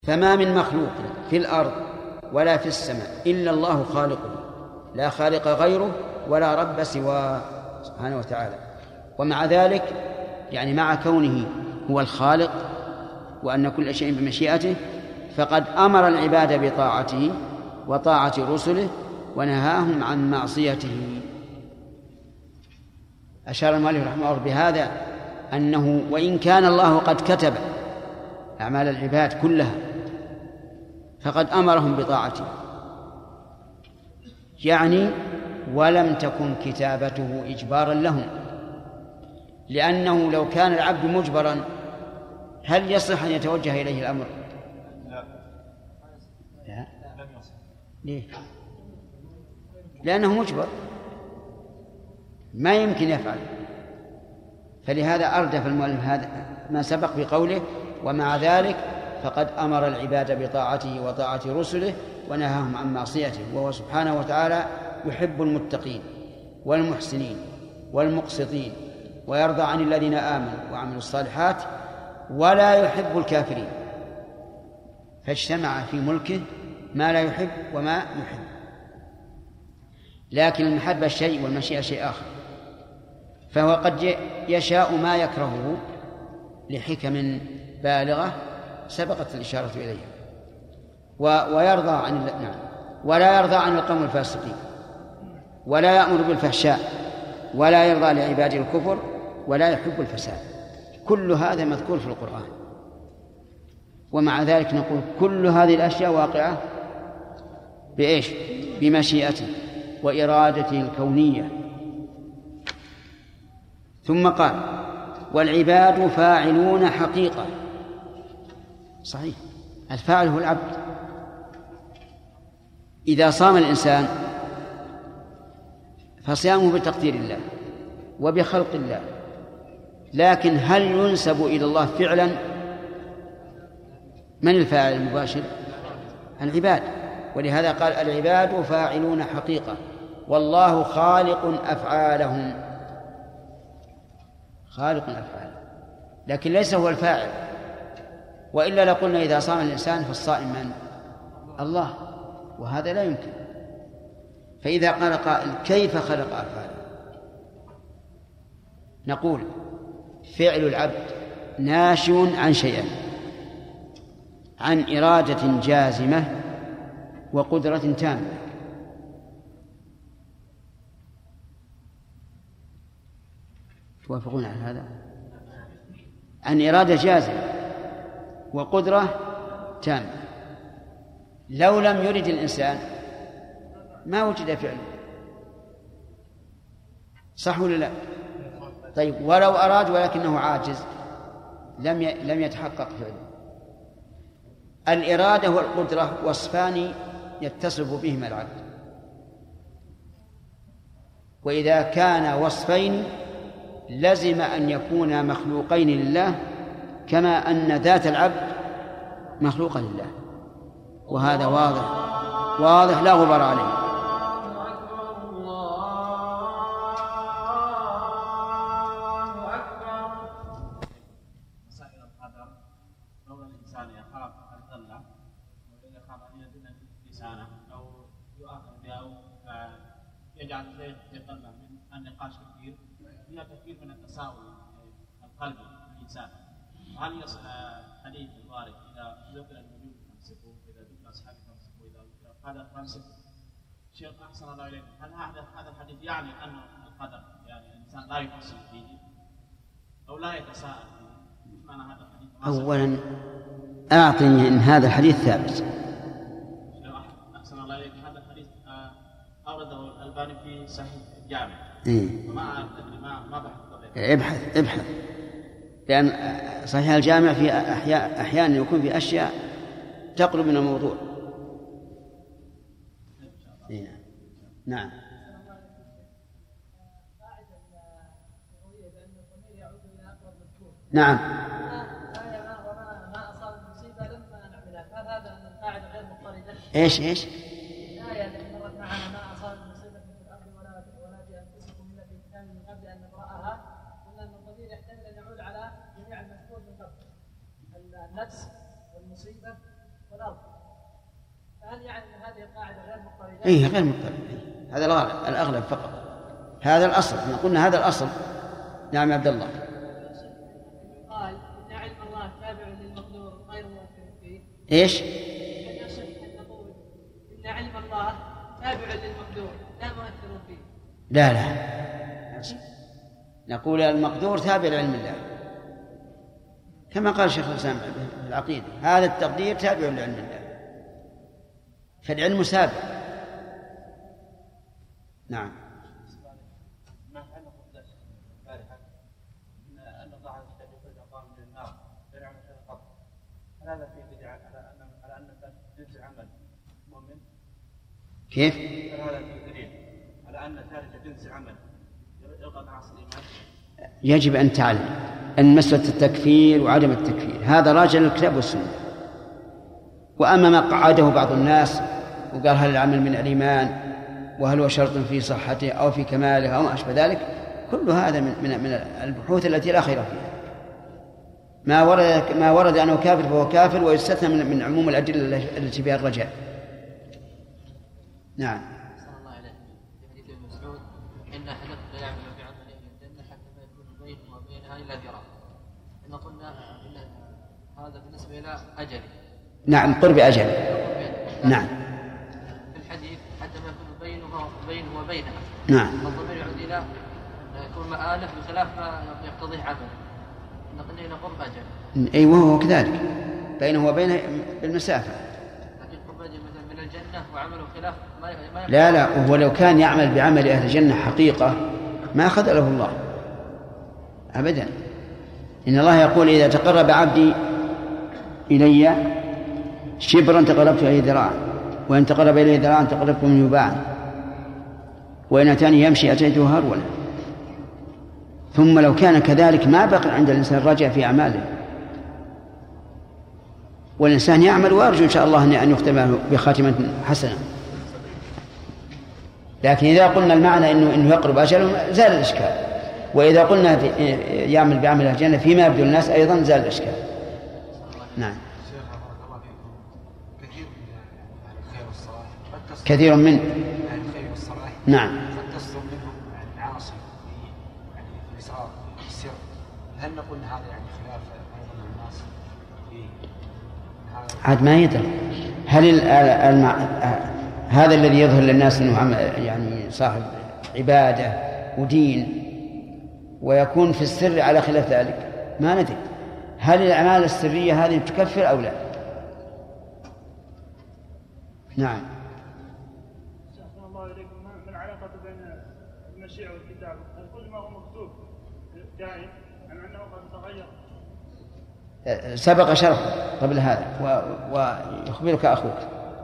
فما من مخلوق في الأرض ولا في السماء إلا الله خالقه، لا خالق غيره ولا رب سواه سبحانه وتعالى. ومع ذلك يعني مع كونه هو الخالق وأن كل شيء بمشيئته، فقد أمر العباد بطاعته وطاعة رسله ونهاهم عن معصيته. أشار المؤلف رحمه الله بهذا أنه وإن كان الله قد كتب أعمال العباد كلها فقد أمرهم بطاعته، يعني ولم تكن كتابته إجبارا لهم، لأنه لو كان العبد مجبرا هل يصح أن يتوجه إليه الأمر؟ لا. ليه؟ لأنه مجبر ما يمكن يفعل. فلهذا أردف المؤلف هذا ما سبق بقوله ومع ذلك فقد أمر العباد بطاعته وطاعة رسله ونهاهم عن معصيته، وهو سبحانه وتعالى يحب المتقين والمحسنين والمقسطين ويرضى عن الذين آمنوا وعملوا الصالحات ولا يحب الكافرين، فاجتمع في ملكه ما لا يحب وما يحب. لكن المحبة شيء والمشيئة شيء آخر، فهو قد يشاء ما يكرهه لحكم بالغة سبقت الإشارة إليها، ويرضى عن ولا يرضى عن القوم الفاسقين، ولا يأمر بالفحشاء، ولا يرضى لعباده الكفر، ولا يحب الفساد. كل هذا مذكور في القرآن، ومع ذلك نقول كل هذه الأشياء واقعة بإيش؟ بمشيئته وإرادته الكونية. ثم قال والعباد فاعلون حقيقة. صحيح، الفاعل هو العبد. إذا صام الإنسان فصيامه بتقدير الله وبخلق الله، لكن هل ينسب إلى الله فعلا؟ من الفاعل المباشر؟ العباد. ولهذا قال العباد فاعلون حقيقة والله خالق أفعالهم. خالق أفعالهم، لكن ليس هو الفاعل، وإلا لقلنا إذا صام الإنسان فالصائم من؟ الله، وهذا لا يمكن. فإذا قال قائل كيف خلق أفعاله؟ نقول فعل العبد ناشئ عن شيئين: عن إرادة جازمة وقدرة تامة. توافقون على هذا؟ عن إرادة جازمة وقدرة تامة. لو لم يرد الإنسان ما وجد فعله، صح ولا لا؟ طيب ولو أراد ولكنه عاجز لم يتحقق فعله. الإرادة والقدرة وصفان يتصف بهما العبد، وإذا كان وصفين لزم أن يكونا مخلوقين لله، كما أن ذات العبد مخلوقة لله، وهذا واضح لا غبار عليه. يجعل في قلبه من النقاش كثير، فيها كثير من التساؤل القلبي للإنسان. هل يصل حديث الوارد إذا ذكر الوجود فامسكوا، إذا ذكر أصحابه فامسكوا، إذا ذكر القدر فامسكوا؟ شيخ أحسن الله إليكم، هل هذا الحديث يعني أن القدر يعني الإنسان لا يفصل فيه أو لا يتساءل فيه؟ معنى هذا الحديث؟ أولا أعطني أن هذا الحديث ثابت. أحسن الله إليكم، هذا الحديث أورده الألباني في صحيح الجامع. وما أدري ما بحث. ابحث، لأن صحيح الجامع في أحيانا يكون في أشياء تقرب من الموضوع. نعم. نعم. ايش؟ الآية التي مرت معنا ما أصاب من مصيبة في الأرض ولا بأنفسكم إلا في كتاب من قبل أن نقرأها، قلنا أن الضمير يحتمل أن يعود على جميع المذكور من قبل: النفس والمصيبة والأرض. فهل يعني أن هذه القاعدة غير مضطردة؟ إيه غير مضطردة، هذا الأغلب فقط، هذا الأصل، احنا قلنا هذا الأصل. نعم عبد الله. قال إن علم الله تابع للمقدور غير مؤثر فيه. إيش؟ هل يصح أن نقول إن علم الله تابع للمقدور لا مؤثر فيه؟ لا نقول المقدور تابع لعلم الله كما قال شيخ الإسلام في العقيدة، هذا التقدير تابع لعلم الله، فالعلم سابق. نعم. ما كان قبل البارحة أن الله عز وجل يخرج أقوام من النار بنعمة القبر، هل هذا فيه دليل على أن جنس عمل مؤمن؟ كيف؟ هل هذا فيه دليل على أن تارك جنس عمل يلقى مع الإيمان؟ يجب أن تعلم أن مسألة التكفير وعدم التكفير هذا راجع للكتاب والسنة، وأما ما قعده بعض الناس وقال هل العمل من الإيمان وهل هو شرط في صحته أو في كماله أو ما أشبه ذلك، كل هذا من البحوث التي لا خير فيها. ما ورد أنه كافر فهو كافر، ويستثنى من عموم الأدلة التي فيها الرجاء. نعم. صلى الله عليه في حديث ابن مسعود إن أحدكم لا يعمل بعمل أهل الجنة حتى ما يكون بينه وبينها إلا ذراع. إن قلنا إن هذا بالنسبة إلى أجله. نعم قرب أجل. نعم. في الحديث حتى ما يكون بينه وبينها. نعم. الضمير يعود إلى أن يكون مآله بخلاف ما يقتضيه عمله. إن قلنا إلى قرب أجل. أي وهو كذلك بينه وبينه بالمسافة. لكن قرب أجل مثلا من الجنة وعمله خلاف ما لا وهو لو كان يعمل بعمل أهل الجنة حقيقة ما خذله الله أبدا. إن الله يقول إذا تقرب عبدي إلي شبرا تقربت إليه ذراعا، وإن تقرب إليه ذراعا تقربت منه باعا، وإن أتاني يمشي أتيته هرولا. ثم لو كان كذلك ما بقي عند الإنسان رجع في أعماله، والإنسان يعمل ويرجو إن شاء الله أن يختم بخاتمة حسنة. لكن إذا قلنا المعنى إنه يقرب أجله زال الإشكال، وإذا قلنا يعمل بعمل الجنة فيما يبدو الناس أيضا زال الإشكال. نعم. كثير من الخير والصلاح نعم قد تصدر منهم العاصي في الإسرار في السر، هل نقول هذا يعني خلاف أيضا الناس في عاد ما يدري هل هذا الذي يظهر للناس أنه يعني صاحب عبادة ودين ويكون في السر على خلاف ذلك ما ندري هل الأعمال السرية هذه تكفر أو لا. نعم. الله إليكم، ما العلاقة بين المشيئة والكتاب؟ هل كل ما هو مكتوب دائم أم أنه قد تغير؟ سبق شرح قبل هذا ويخبرك أخوك.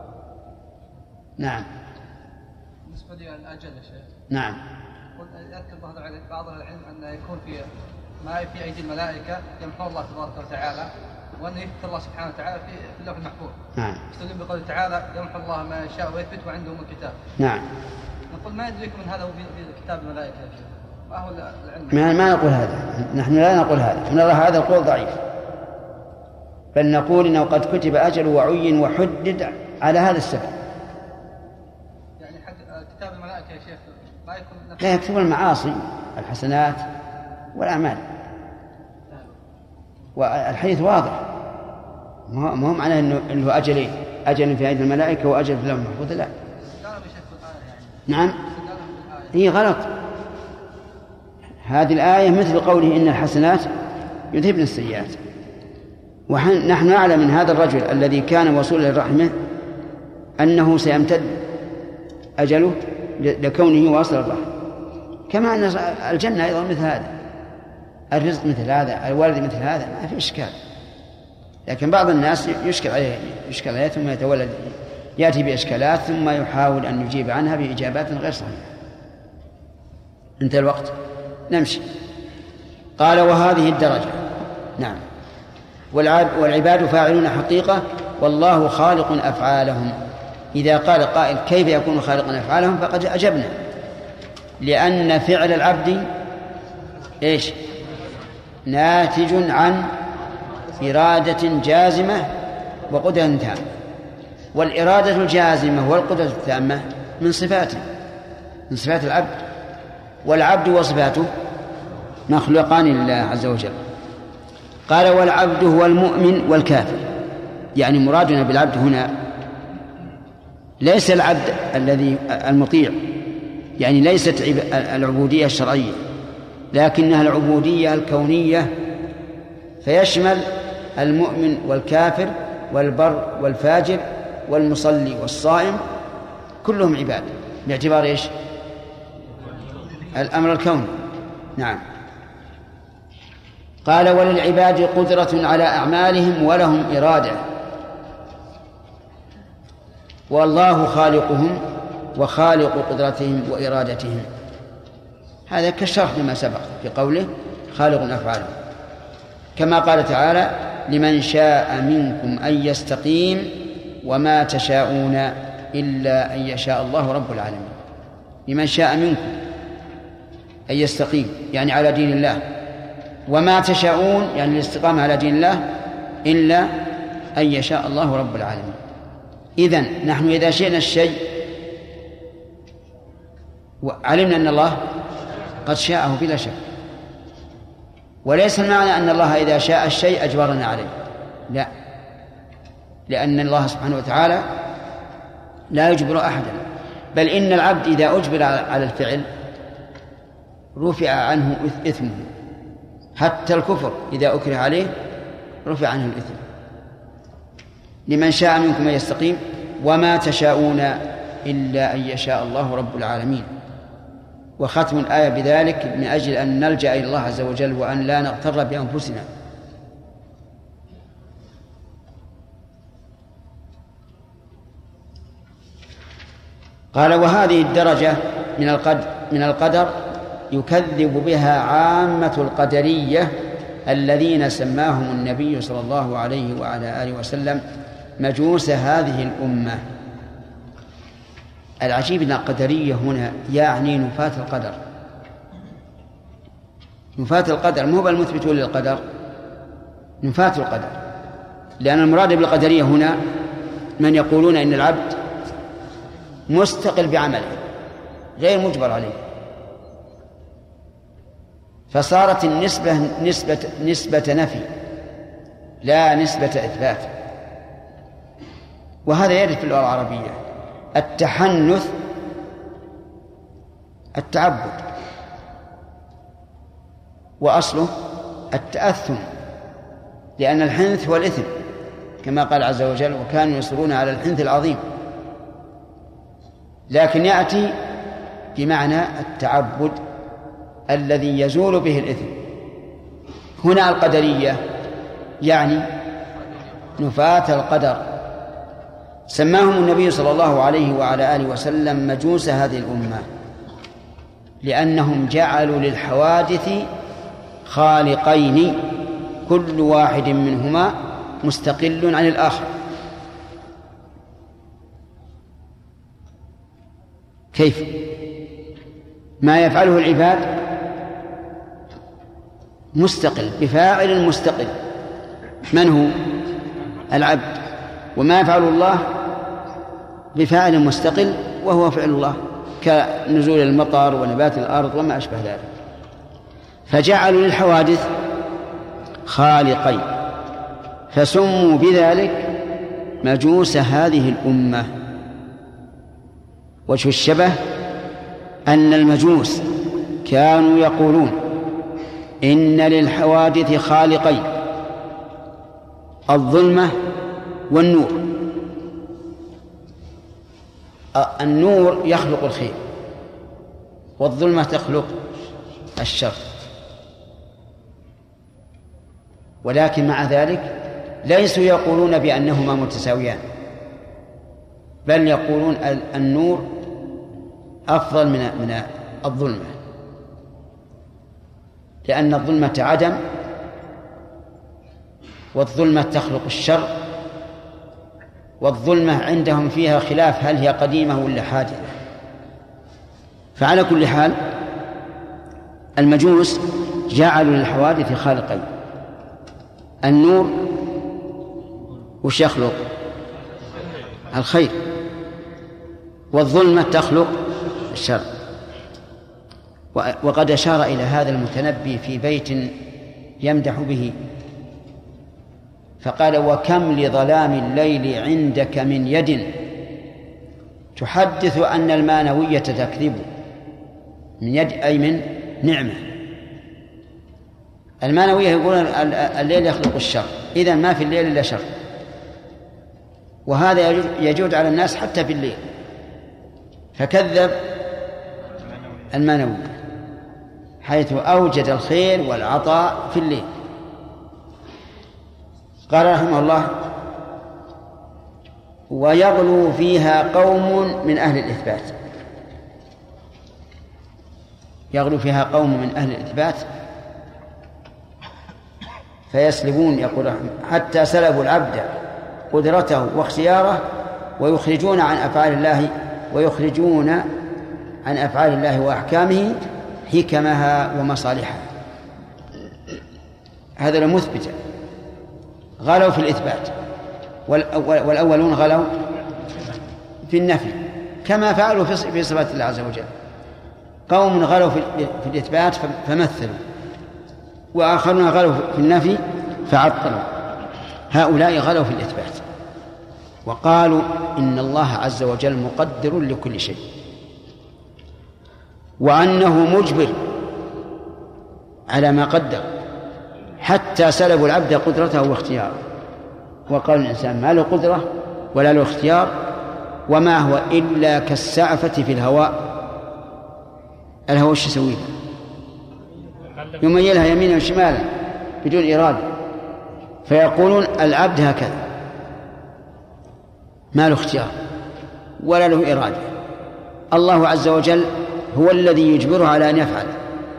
نعم. بالنسبة للأجل يا شيخ. نعم. يذكر بعض العلم أن يكون ما في أيدي الملائكة يمحو الله تبارك وتعالى، وأن يثبت الله سبحانه وتعالى في اللوح المحفوظ. نعم. يستدل بقوله تعالى يمحو الله ما يشاء ويثبت وعنده الكتاب. نعم. نقول ما يدريكم من هذا هو في كتاب الملائكة يا شيخ. ما هو العلم؟ ما نقول هذا، نحن لا نقول هذا، نرى هذا القول ضعيف، بل نقول إنه قد كتب أجل وعين وحدد على هذا السبب. يعني كتاب الملائكة يا شيخ ما يكون لا يكتب المعاصي الحسنات والأعمال، والحديث واضح، ما هو معناه إنه أجل في أيدي الملائكة وأجل في اللوح المحفوظ، لا. نعم. هي غلط. هذه الآية مثل قوله إن الحسنات يذهبن السيئات، ونحن نعلم من هذا الرجل الذي كان وصولا لرحمه أنه سيمتد أجله لكونه واصل الرحم، كما أن الجنة أيضا مثل هذا، الرزق مثل هذا، الولد مثل هذا، ما في إشكال. لكن بعض الناس يشكل عليه ثم يتولد يأتي بإشكالات ثم يحاول أن يجيب عنها بإجابات غير صحيحة. انتهى الوقت، نمشي. قال وهذه الدرجة. نعم. والعباد فاعلون حقيقة والله خالق أفعالهم. إذا قال قائل كيف يكون خالقا أفعالهم فقد أجبنا، لأن فعل العبد إيش؟ ناتج عن إرادة جازمة وقدرة تامة. والإرادة الجازمة والقدرة التامة من صفاته، من صفات العبد، والعبد وصفاته مخلوقان لله عز وجل. قال والعبد هو المؤمن والكافر، يعني مرادنا بالعبد هنا ليس العبد الذي المطيع، يعني ليست العبودية الشرعية، لكنها العبودية الكونية، فيشمل المؤمن والكافر والبر والفاجر والمصلي والصائم، كلهم عباد باعتبار إيش؟ الأمر الكوني. نعم. قال وللعباد قدرة على أعمالهم ولهم إرادة، والله خالقهم وخالق قدرتهم وإرادتهم. هذا كالشرح لما سبق في قوله خالق أفعالهم، كما قال تعالى لمن شاء منكم أن يستقيم وما تشاءون إلا أن يشاء الله رب العالمين. لمن شاء منكم أن يستقيم يعني على دين الله، وما تشاءون يعني الاستقامة على دين الله إلا أن يشاء الله رب العالمين. إذن نحن إذا شئنا الشيء وعلمنا أن الله قد شاءه بلا شك، وليس المعنى أن الله إذا شاء الشيء أجبرنا عليه، لا، لأن الله سبحانه وتعالى لا يجبر أحدا، بل إن العبد إذا أجبر على الفعل رفع عنه إثمه، حتى الكفر إذا أكره عليه رفع عنه الإثم. لمن شاء منكم أن يستقيم وما تشاءون إلا أن يشاء الله رب العالمين. وختم الآية بذلك من أجل أن نلجأ إلى الله عز وجل وأن لا نغتر بأنفسنا. قال وهذه الدرجة من القدر يكذب بها عامة القدرية الذين سماهم النبي صلى الله عليه وعلى آله وسلم مجوس هذه الأمة. العجيب أن القدرية هنا يعني نفاة القدر. نفاة القدر مو بالمثبتون للقدر، نفاة القدر، لأن المراد بالقدرية هنا من يقولون إن العبد مستقل بعمله غير مجبر عليه، فصارت النسبة نسبة نفي لا نسبة إثبات. وهذا يرد في اللغة العربية. التحنث التعبد، وأصله التأثم، لأن الحنث هو الإثم كما قال عز وجل وكانوا يصرون على الحنث العظيم، لكن يأتي بمعنى التعبد الذي يزول به الإثم. هنا القدرية يعني نفاة القدر، سماهم النبي صلى الله عليه وعلى آله وسلم مجوس هذه الأمة، لأنهم جعلوا للحوادث خالقين كل واحد منهما مستقل عن الآخر. كيف؟ ما يفعله العباد مستقل بفاعل مستقل، من هو؟ العبد. وما يفعل الله بفاعل مستقل وهو فعل الله، كنزول المطر ونبات الأرض وما أشبه ذلك. فجعلوا للحوادث خالقين فسموا بذلك مجوس هذه الأمة. وجه الشبه أن المجوس كانوا يقولون إن للحوادث خالقين، الظلمة والنور. النور يخلق الخير والظلمة تخلق الشر، ولكن مع ذلك ليسوا يقولون بأنهما متساويان، بل يقولون النور أفضل من الظلمة، لأن الظلمة عدم والظلمة تخلق الشر، والظلمة عندهم فيها خلاف هل هي قديمة ولا حادثة. فعلى كل حال المجوس جعلوا للحوادث خالقين، النور وش يخلق؟ الخير، والظلمة تخلق الشر. وقد أشار إلى هذا المتنبي في بيت يمدح به فقال: وكم لظلام الليل عندك من يد تحدث أن المانوية تكذب. من يد أي من نعمة. المانوية يقولون الليل يخلق الشر، إذن ما في الليل إلا شر، وهذا يجود على الناس حتى في الليل، فكذب المانوية حيث أوجد الخير والعطاء في الليل. قال رحمه الله: ويغلو فيها قوم من أهل الإثبات. يغلو فيها قوم من أهل الإثبات فيسلبون، يقول حتى سلبوا العبد قدرته واختياره ويخرجون عن أفعال الله وأحكامه حكمها ومصالحها. هذا المثبت غلوا في الإثبات، والأولون غلوا في النفي كما فعلوا في صفات الله عز وجل. قوم غلوا في الإثبات فمثلوا، وآخرون غلوا في النفي فعطلوا. هؤلاء غلوا في الإثبات وقالوا إن الله عز وجل مقدر لكل شيء، وأنه مجبر على ما قدر، حتى سلبوا العبد قدرته واختياره. وقال الإنسان ما له قدرة ولا له اختيار، وما هو إلا كالسعفة في الهواء. الهواء ايش يسوي؟ يميلها يمينا وشمالا بدون إرادة. فيقولون العبد هكذا ما له اختيار ولا له إرادة. الله عز وجل هو الذي يجبره على أن يفعل،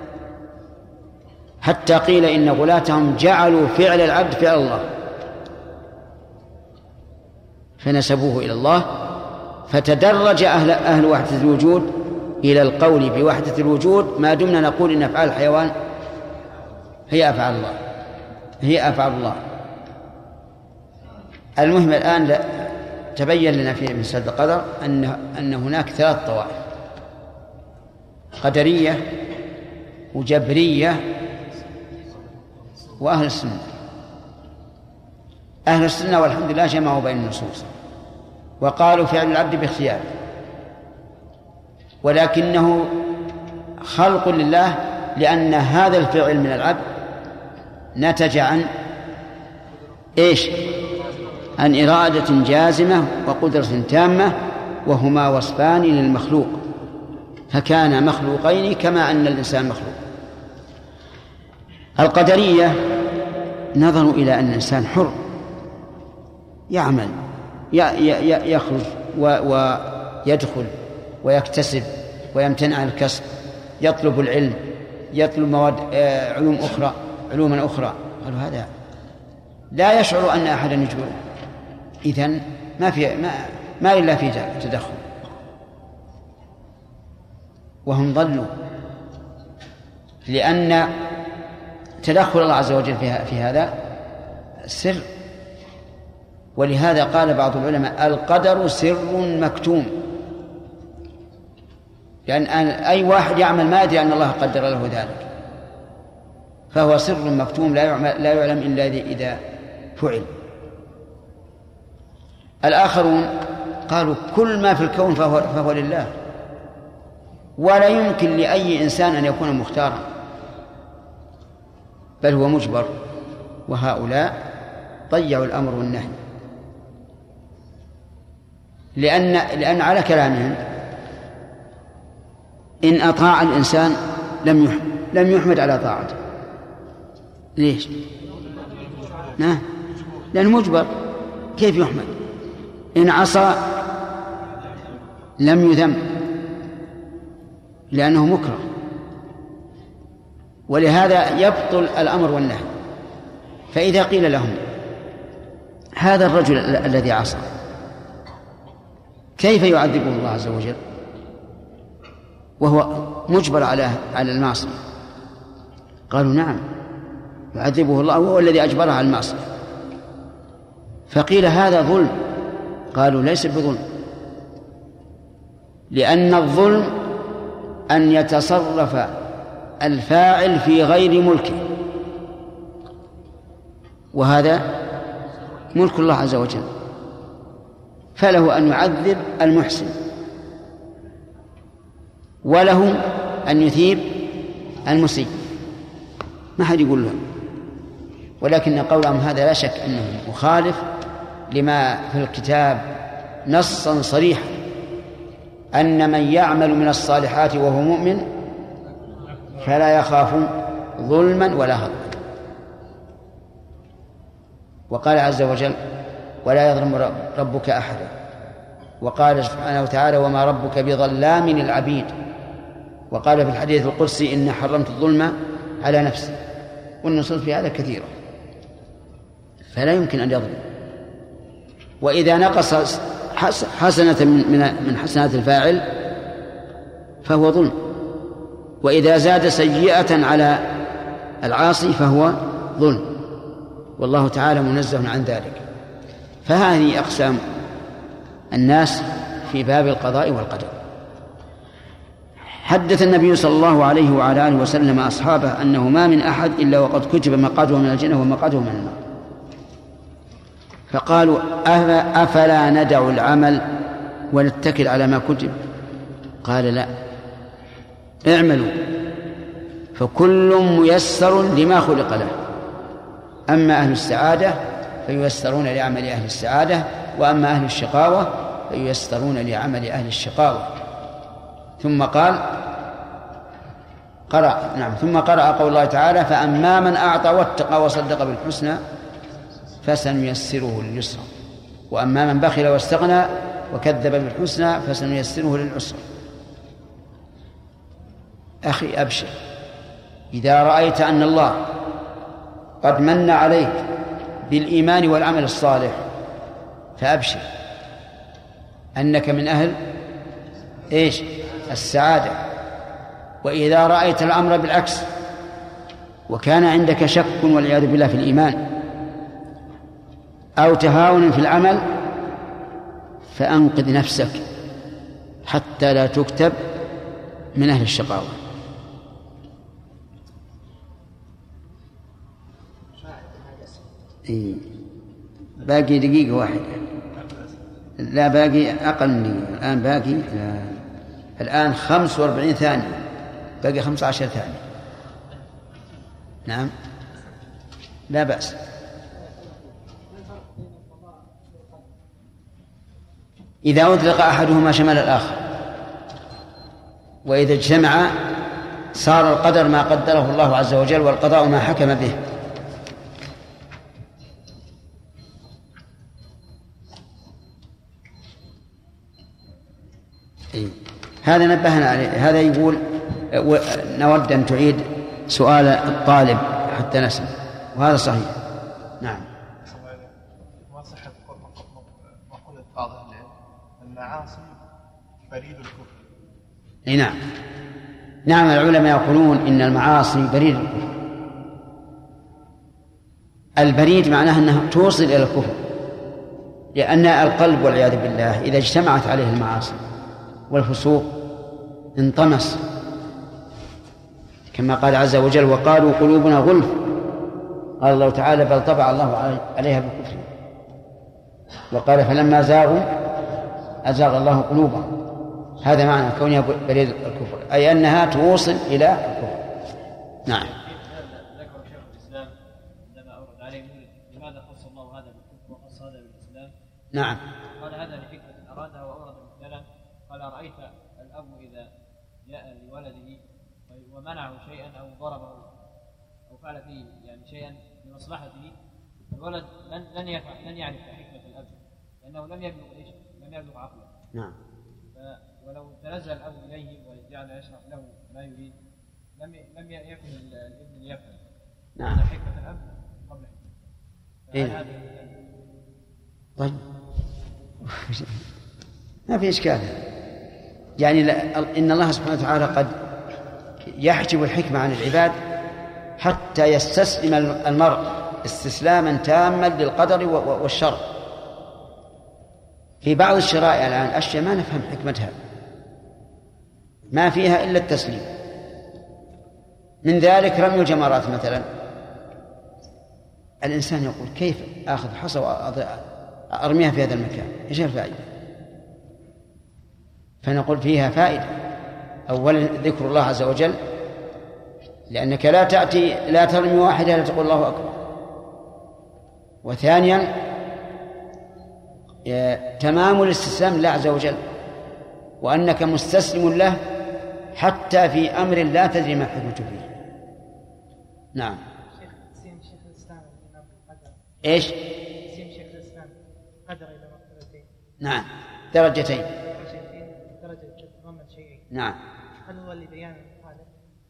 حتى قيل إن غلاتهم جعلوا فعل العبد فعل الله فنسبوه إلى الله، فتدرج أهل وحدة الوجود إلى القول بوحدة الوجود ما دمنا نقول إن أفعال الحيوان هي أفعال الله. المهم الآن تبين لنا في مسألة القدر أن هناك 3 طوائف: قدرية وجبرية وأهل السنة. أهل السنة والحمد لله جمعوا بين النصوص وقالوا فعل العبد باختياره، ولكنه خلق لله، لأن هذا الفعل من العبد نتج عن إيش؟ عن إرادة جازمة وقدرة تامة، وهما وصفان للمخلوق، فكان مخلوقين كما أن الإنسان مخلوق. القدرية نظروا إلى أن الإنسان حر يعمل يخرج ويدخل ويكتسب ويمتنع عن الكسب، يطلب العلم، يطلب علوما أخرى. قالوا هذا لا يشعر أن أحدا يجبره، إذن ما إلا في تدخل، وهم ضلوا، لأن تدخل الله عز وجل في هذا سر. ولهذا قال بعض العلماء القدر سر مكتوم، لأن أي واحد يعمل ما يدري أن الله قدر له ذلك، فهو سر مكتوم لا يعلم إلا إذا فعل. الآخرون قالوا كل ما في الكون فهو لله، ولا يمكن لأي إنسان أن يكون مختارا، بل هو مجبر. وهؤلاء ضيعوا الأمر والنهي، لأن على كلامهم إن أطاع الإنسان لم يحمد على طاعته. ليش؟ لأنه مجبر، كيف يحمد؟ إن عصى لم يذم لأنه مكره. ولهذا يبطل الأمر والنهي. فإذا قيل لهم هذا الرجل الذي عصى كيف يعذبه الله عز وجل وهو مجبر على المعصية؟ قالوا نعم يعذبه الله وهو الذي أجبره على المعصية. فقيل هذا ظلم قالوا ليس بظلم، لأن الظلم أن يتصرف الفاعل في غير ملكه، وهذا ملك الله عز وجل، فله أن يعذب المحسن وله أن يثيب المسيء، ما حد يقول له. ولكن قولهم هذا لا شك أنه مخالف لما في الكتاب نصا صريحا أن من يعمل من الصالحات وهو مؤمن فلا يخاف ظلما ولا هضما. وقال عز وجل ولا يظلم ربك أحدا، وقال سبحانه وتعالى وما ربك بظلام للعبيد، وقال في الحديث القدسي إن حرمت الظلم على نفسي، والنصوص في هذا كثيرة، فلا يمكن أن يظلم. وإذا نقص حسنة من حسنات الفاعل فهو ظلم، وإذا زاد سيئة على العاصي فهو ظلم، والله تعالى منزه عن ذلك. فهذه أقسام الناس في باب القضاء والقدر. حدث النبي صلى الله عليه وعلى آله وسلم أصحابه أنه ما من أحد إلا وقد كتب مقعده من الجنة ومقعده من النار، فقالوا أفلا ندع العمل ونتكل على ما كتب؟ قال لا، اعملوا فكل ميسر لما خلق له، أما أهل السعادة فييسرون لعمل أهل السعادة، وأما أهل الشقاوة فييسرون لعمل أهل الشقاوة. ثم قرأ قول الله تعالى فأما من أعطى واتقى وصدق بالحسنى فسنيسره لليسرى، وأما من بخل واستغنى وكذب بالحسنى فسنيسره للعسرى. أخي أبشر، إذا رأيت أن الله قد من عليك بالإيمان والعمل الصالح فأبشر أنك من أهل السعادة. وإذا رأيت الأمر بالعكس وكان عندك شك والعياذ بالله في الإيمان أو تهاون في العمل فأنقذ نفسك حتى لا تكتب من أهل الشقاوة. باقي دقيقة واحدة، لا باقي أقل من دقيقة، الآن باقي الآن 45 ثانية، باقي 15 ثانية. نعم لا بأس. إذا أطلق أحدهما شمل الآخر، وإذا اجتمع صار القدر ما قدره الله عز وجل والقضاء ما حكم به. هذا نبهنا عليه. هذا يقول نود أن تعيد سؤال الطالب حتى نسمع، وهذا صحيح. نعم. ما صحة مقولة بعض أهل العلم المعاصي بريد الكفر؟ نعم العلماء يقولون إن المعاصي بريد الكفر. البريد معناه أنها توصل إلى الكفر، لأن القلب والعياذ بالله إذا اجتمعت عليه المعاصي والفسوق انطمس، كما قال عز وجل وقالوا قلوبنا غلف، قال الله تعالى بل طبع الله عليها بكفر، وقال فلما زاغوا أزاغ الله قلوبهم. هذا معنى كونها بريد الكفر، أي أنها توصل إلى الكفر. نعم. ذكر شيخ الإسلام عندما أورد عليه لماذا خص الله هذا بالكفر وخص هذا بالإسلام؟ نعم. قال هذا لحكمة أرادها وأورد مثلا، قال رأيت الأب إذا جاء لولده ومنعه شيئا أو ضربه أو فعل فيه يعني شيئا لمصلحته، الولد لن يعرف حكمة الأب لأنه لم يبلغ عقله. نعم. ولو تنزل الأب إليه وجعل يشرح له ما يريد لم يكن الابن ليفهم. نعم. حكمة الأب قبل حكمة. طيب ما في إشكال، يعني إن الله سبحانه وتعالى قد يحجب الحكمة عن العباد حتى يستسلم المرء استسلاما تاما للقدر والشر. في بعض الشرائع الآن أشياء ما نفهم حكمتها، ما فيها إلا التسليم. من ذلك رمي الجمرات مثلا، الإنسان يقول كيف آخذ حصى وأرميها في هذا المكان، إيش الفائدة؟ فنقول فيها فائدة. أولا ذكر الله عز وجل، لأنك لا ترمي واحدة لا تقول الله أكبر. وثانيا تمام الاستسلام لله عز وجل، وأنك مستسلم له حتى في أمر لا تدري ما حكمته فيه. نعم. شيخ الإسلام قدر. إيش؟ شيخ الإسلام قدر إلى مرتبتين. نعم، درجتين. درجة تتضمن شيئين. نعم. هل هو لبيان المخالف؟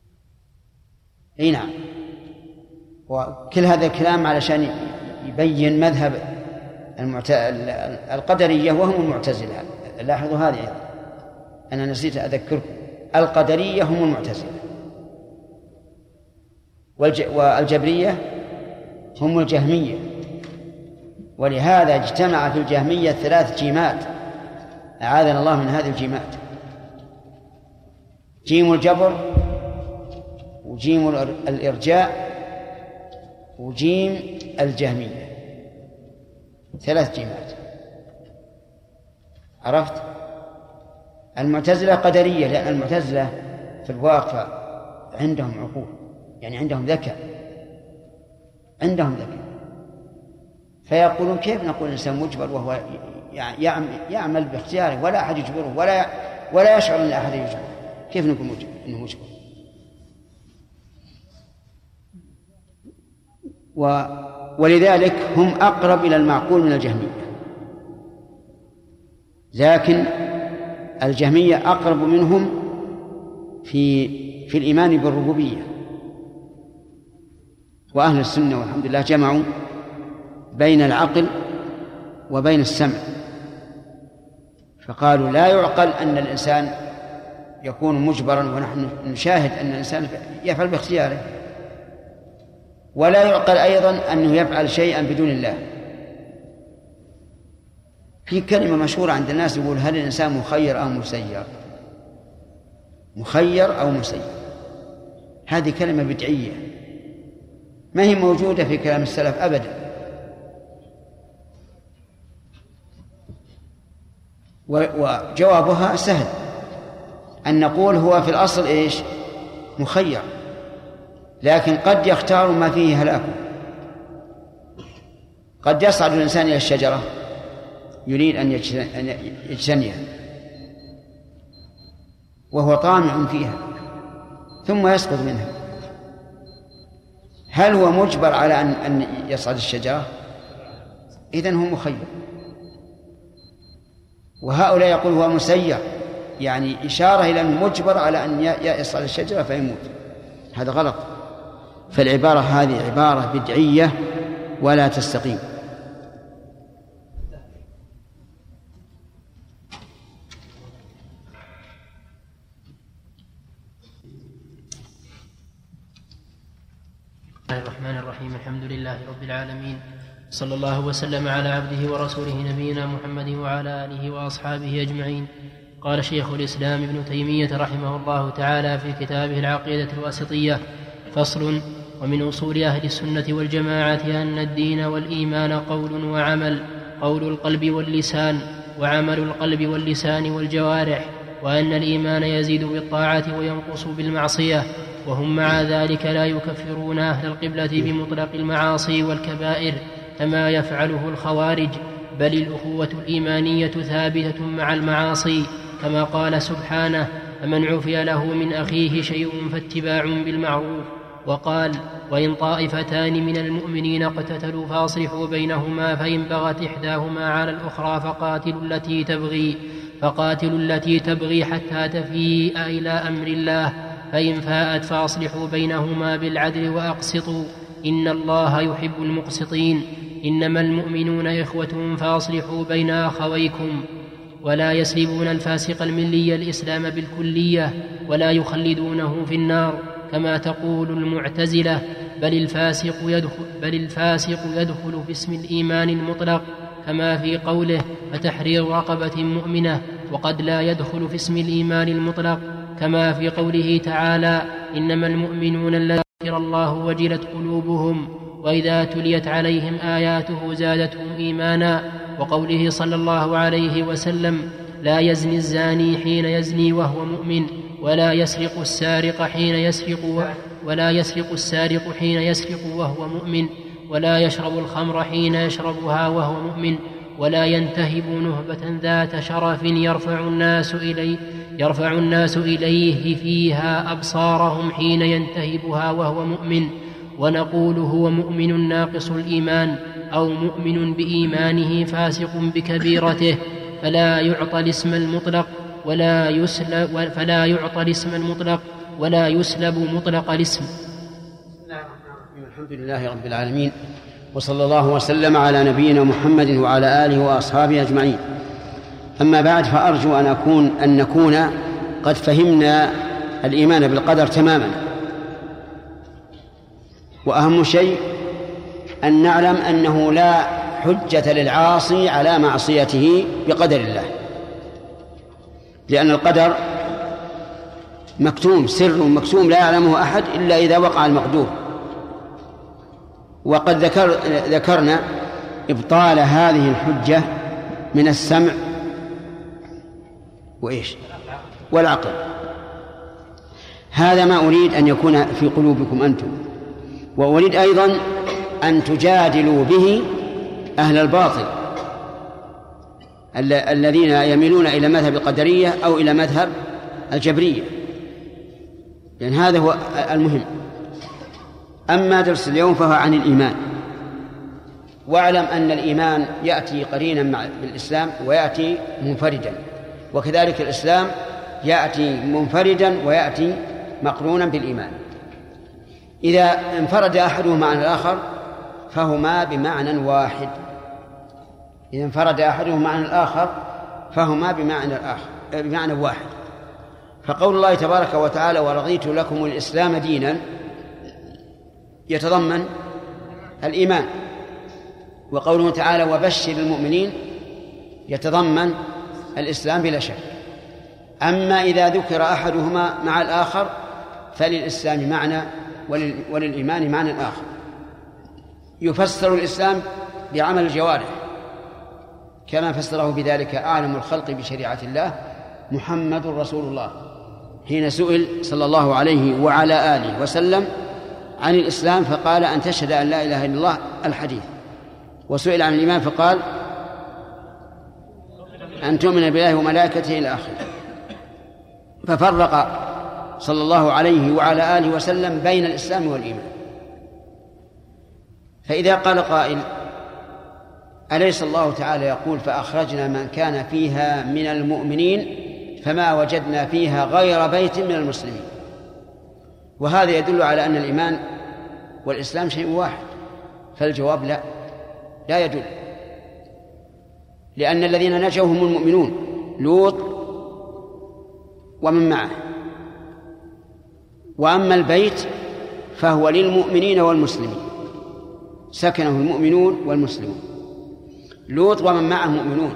اي نعم. وكل هذا الكلام علشان يبين مذهب القدرية وهم المعتزلة. لاحظوا هذه أيضا، أنا نسيت أذكركم، القدرية هم المعتزلة، والجبرية هم الجهمية. ولهذا اجتمع في الجهمية 3 جيمات، أعاذنا الله من هذه الجيمات: جيم الجبر، وجيم الإرجاء، وجيم الجهمية. 3 جيمات. عرفت؟ المعتزلة قدرية، لأن المعتزلة في الواقع عندهم عقول، يعني عندهم ذكاء، فيقولون كيف نقول الإنسان مجبر وهو يعمل باختياره ولا أحد يجبره ولا يشعر أن أحد يجبره؟ كيف نقول إنه مجبر؟ ولذلك هم أقرب إلى المعقول من الجهمية، لكن الجهمية أقرب منهم في الإيمان بالربوبية. وأهل السنة والحمد لله جمعوا بين العقل وبين السمع، فقالوا لا يعقل أن الإنسان يكون مجبرا ونحن نشاهد أن الإنسان يفعل باختياره، ولا يعقل أيضا أنه يفعل شيئا بدون الله. في كلمة مشهورة عند الناس يقول: هل الإنسان مخير أو مسير؟ مخير أو مسير، هذه كلمة بدعية ما هي موجودة في كلام السلف أبدا. وجوابها سهل، أن نقول هو في الأصل إيش؟ مخير، لكن قد يختار ما فيه هلاكه. قد يصعد الإنسان إلى الشجرة يريد أن يجتنيها وهو طامع فيها ثم يسقط منها، هل هو مجبر على أن يصعد الشجرة؟ إذن هو مخير. وهؤلاء يقول هو مسير، يعني إشارة إلى أنه مجبر على أن يصعد الشجرة فيموت. هذا غلط. فالعبارة هذه عبارة بدعية ولا تستقيم. بسم الله الرحمن الرحيم. الحمد لله رب العالمين، صلى الله وسلم على عبده ورسوله نبينا محمد وعلى آله وأصحابه أجمعين. قال شيخ الإسلام ابن تيمية رحمه الله تعالى في كتابه العقيدة الواسطية: فصل: ومن أصول أهل السنة والجماعة أن الدين والإيمان قول وعمل، قول القلب واللسان، وعمل القلب واللسان والجوارح، وأن الإيمان يزيد بالطاعة وينقص بالمعصية، وهم مع ذلك لا يكفرون أهل القبلة بمطلق المعاصي والكبائر كما يفعله الخوارج، بل الأخوة الإيمانية ثابتة مع المعاصي، كما قال سبحانه: فمن عفي له من أخيه شيء فاتباع بالمعروف. وقال: وإن طائفتان من المؤمنين اقتتلوا فأصلحوا بينهما، فإن بغت إحداهما على الأخرى فقاتلوا التي تبغي حتى تفيء إلى أمر الله، فإن فاءت فأصلحوا بينهما بالعدل وأقسطوا إن الله يحب المقسطين. إنما المؤمنون إخوة فأصلحوا بين أخويكم. ولا يسلبون الفاسق الملي الإسلام بالكلية ولا يخلدونه في النار كما تقول المعتزلة، بل الفاسق يدخل باسم الإيمان المطلق، كما في قوله: فتحرير رقبة مؤمنة، وقد لا يدخل في اسم الإيمان المطلق، كما في قوله تعالى: إنما المؤمنون الذين ذكر الله وجلت قلوبهم وإذا تليت عليهم آياته زادتهم إيمانا، وقوله صلى الله عليه وسلم: لا يزني الزاني حين يزني وهو مؤمن، ولا يسرق السارق حين يسرق وهو مؤمن، ولا يشرب الخمر حين يشربها وهو مؤمن، ولا ينتهب نهبة ذات شرف يرفع الناس إليه فيها أبصارهم حين ينتهبها وهو مؤمن. ونقول هو مؤمن ناقص الإيمان، أو مؤمن بإيمانه فاسق بكبيرته، فلا يعطى الاسم المطلق ولا يسلب مطلق الاسم. الحمد لله رب العالمين، وصلى الله وسلم على نبينا محمد وعلى آله وأصحابه أجمعين. أما بعد، فأرجو أن نكون قد فهمنا الإيمان بالقدر تماما. وأهم شيء أن نعلم أنه لا حجة للعاصي على معصيته بقدر الله، لأن القدر مكتوم، سر مكتوم لا يعلمه أحد إلا إذا وقع المقدور. وقد ذكرنا إبطال هذه الحجة من السمع والعقل. هذا ما أريد أن يكون في قلوبكم أنتم، وأريد أيضا أن تجادلوا به أهل الباطل الذين يميلون إلى مذهب القدرية أو إلى مذهب الجبرية، لأن هذا هو المهم. أما درس اليوم فهو عن الإيمان. واعلم أن الإيمان يأتي قرينا بالإسلام ويأتي منفردا، وكذلك الإسلام يأتي منفردا ويأتي مقرونا بالإيمان. إذا انفرد أحدهما عن الآخر فهما بمعنى واحد. إذا انفرد أحدهما عن الآخر فهما بمعنى واحد. فقول الله تبارك وتعالى: ورضيت لكم الإسلام دينا، يتضمن الإيمان. وقوله تعالى: وبشر المؤمنين، يتضمن الإسلام بلا شك. أما إذا ذكر أحدهما مع الآخر فللإسلام معنى وللإيمان معنى آخر. يفسر الإسلام بعمل الجوارح كما فسره بذلك أعلم الخلق بشريعة الله محمد رسول الله، حين سئل صلى الله عليه وعلى آله وسلم عن الإسلام فقال: أن تشهد أن لا إله إلا الله، الحديث. وسئل عن الإيمان فقال: أن تؤمن بالله وملائكته إلى آخره. ففرق صلى الله عليه وعلى آله وسلم بين الإسلام والإيمان. فإذا قال قائل: أليس الله تعالى يقول: فأخرجنا من كان فيها من المؤمنين فما وجدنا فيها غير بيت من المسلمين؟ وهذا يدل على أن الإيمان والإسلام شيء واحد. فالجواب لا يدل، لأن الذين نجوا هم المؤمنون، لوط ومن معه. وأما البيت فهو للمؤمنين والمسلمين، سكنه المؤمنون والمسلمون. لوط ومن معه مؤمنون،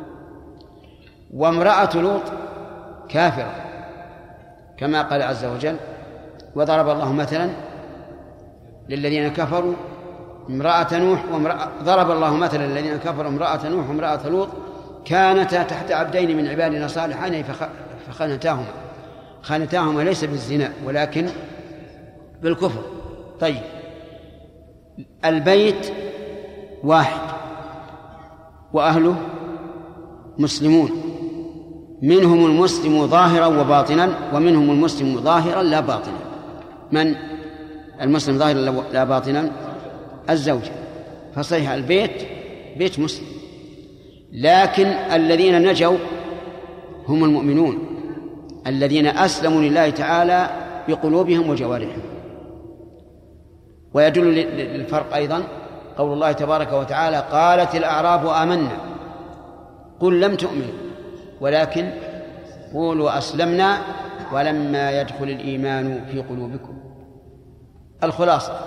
وامرأة لوط كافرة كما قال عز وجل: وضرب الله مثلا للذين كفروا امرأة نوح ضرب الله مثلا للذين كفروا امرأة نوح وامرأة لوط كانتا تحت عبدين من عبادنا صالحين فخانتاهما ليس بالزنا ولكن بالكفر. طيب، البيت واحد وأهله مسلمون، منهم المسلم ظاهرا وباطنا ومنهم المسلم ظاهرا لا باطنا. من المسلم ظاهرا لا باطنا؟ الزوجة. فصحيح البيت بيت مسلم، لكن الذين نجوا هم المؤمنون الذين أسلموا لله تعالى بقلوبهم وجوارحهم. ويدل للفرق أيضا قول الله تبارك وتعالى: قالت الأعراب آمنا قل لم تؤمنوا ولكن قولوا أسلمنا ولما يدخل الإيمان في قلوبكم. الخلاصة: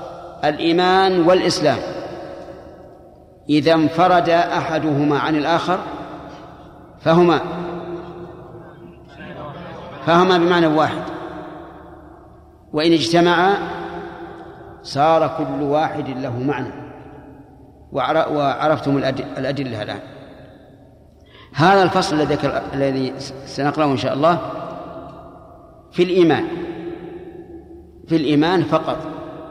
الإيمان والإسلام إذا انفرد أحدهما عن الآخر فهما بمعنى واحد، وإن اجتمعا صار كل واحد له معنى، وعرفتم الأدلة الآن. هذا الفصل الذي سنقرأه إن شاء الله في الإيمان فقط،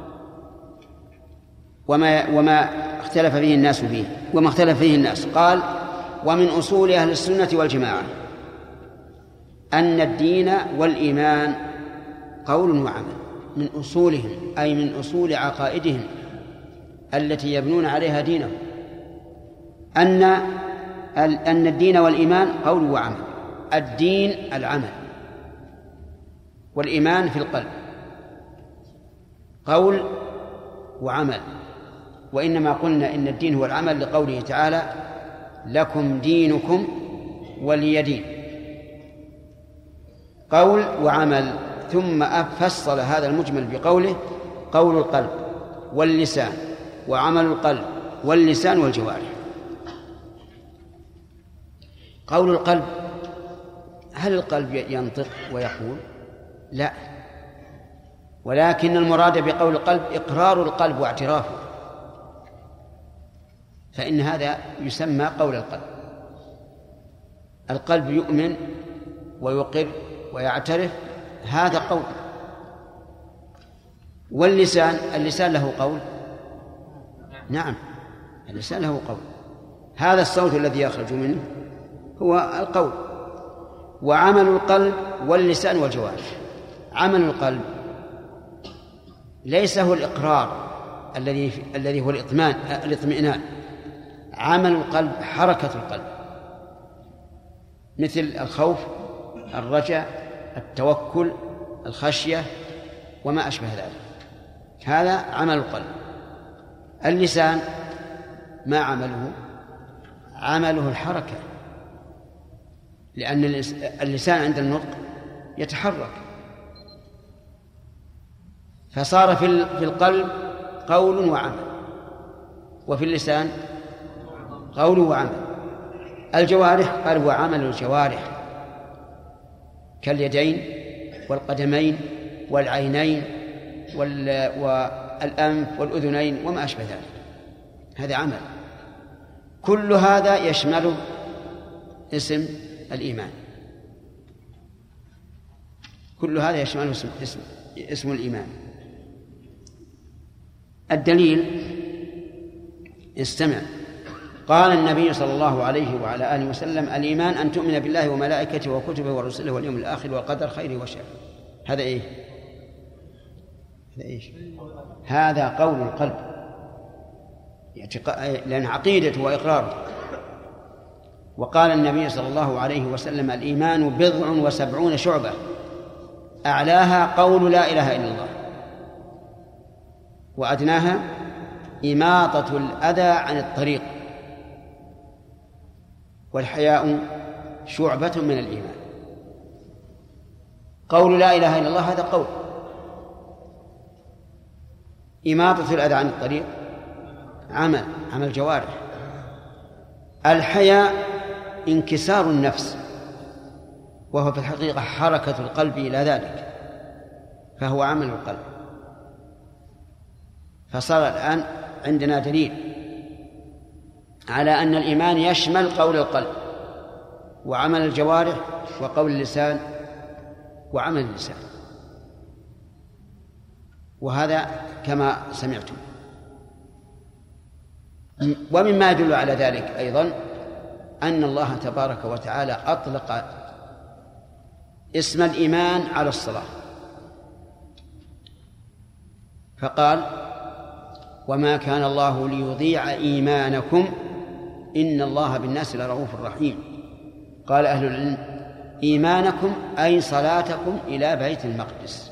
وما اختلف فيه الناس قال: ومن أصول أهل السنة والجماعة أن الدين والإيمان قول وعمل. من أصولهم أي من أصول عقائدهم التي يبنون عليها دينهم، أن الدين والإيمان قول وعمل. الدين العمل، والإيمان في القلب، قول وعمل. وإنما قلنا إن الدين هو العمل لقوله تعالى: لكم دينكم ولي دين. قول وعمل. ثم فصل هذا المجمل بقوله: قول القلب واللسان وعمل القلب واللسان والجوارح. قول القلب، هل القلب ينطق ويقول؟ لا، ولكن المراد بقول القلب إقرار القلب واعترافه، فإن هذا يسمى قول القلب. القلب يؤمن ويقر ويعترف، هذا قول. واللسان، اللسان له قول؟ نعم، اللسان له قول. هذا الصوت الذي يخرج منه هو القول. وعمل القلب واللسان والجوارح. عمل القلب ليس هو الإقرار الذي هو الاطمئنان. عمل القلب حركة القلب، مثل الخوف، الرجاء، التوكل، الخشية وما أشبه ذلك. هذا عمل القلب. اللسان ما عمله؟ عمله الحركة، لأن اللسان عند النطق يتحرك، فصار في القلب قول وعمل، وفي اللسان قول وعمل. الجوارح قال: وعمل الجوارح كاليدين والقدمين والعينين والأنف والأذنين وما أشبه ذلك، هذا عمل. كل هذا يشمله اسم الإيمان، كل هذا يشمله اسم الإيمان. الدليل: استمع. قال النبي صلى الله عليه وعلى آله وسلم: الإيمان أن تؤمن بالله وملائكته وكتبه ورسله واليوم الآخر والقدر خيره وشره. هذا إيه؟ هذا قول القلب، لأن عقيدته وإقراره. وقال النبي صلى الله عليه وسلم: الإيمان 70 شعبة أعلاها قول لا إله إلا الله، وأدناها إماطة الأذى عن الطريق، والحياء شعبة من الإيمان. قول لا إله إلا الله هذا قول. إماطة الأذى عن الطريق عمل جوارح. الحياء انكسار النفس، وهو في الحقيقة حركة القلب إلى ذلك، فهو عمل القلب. فصار الآن عندنا دليل على أن الإيمان يشمل قول القلب وعمل الجوارح وقول اللسان وعمل اللسان، وهذا كما سمعتم. ومما يدل على ذلك أيضا أن الله تبارك وتعالى أطلق اسم الإيمان على الصلاة، فقال: وما كان الله ليضيع إيمانكم إن الله بالناس لرؤوف رحيم. قال أهل العلم: إيمانكم أي صلاتكم إلى بيت المقدس،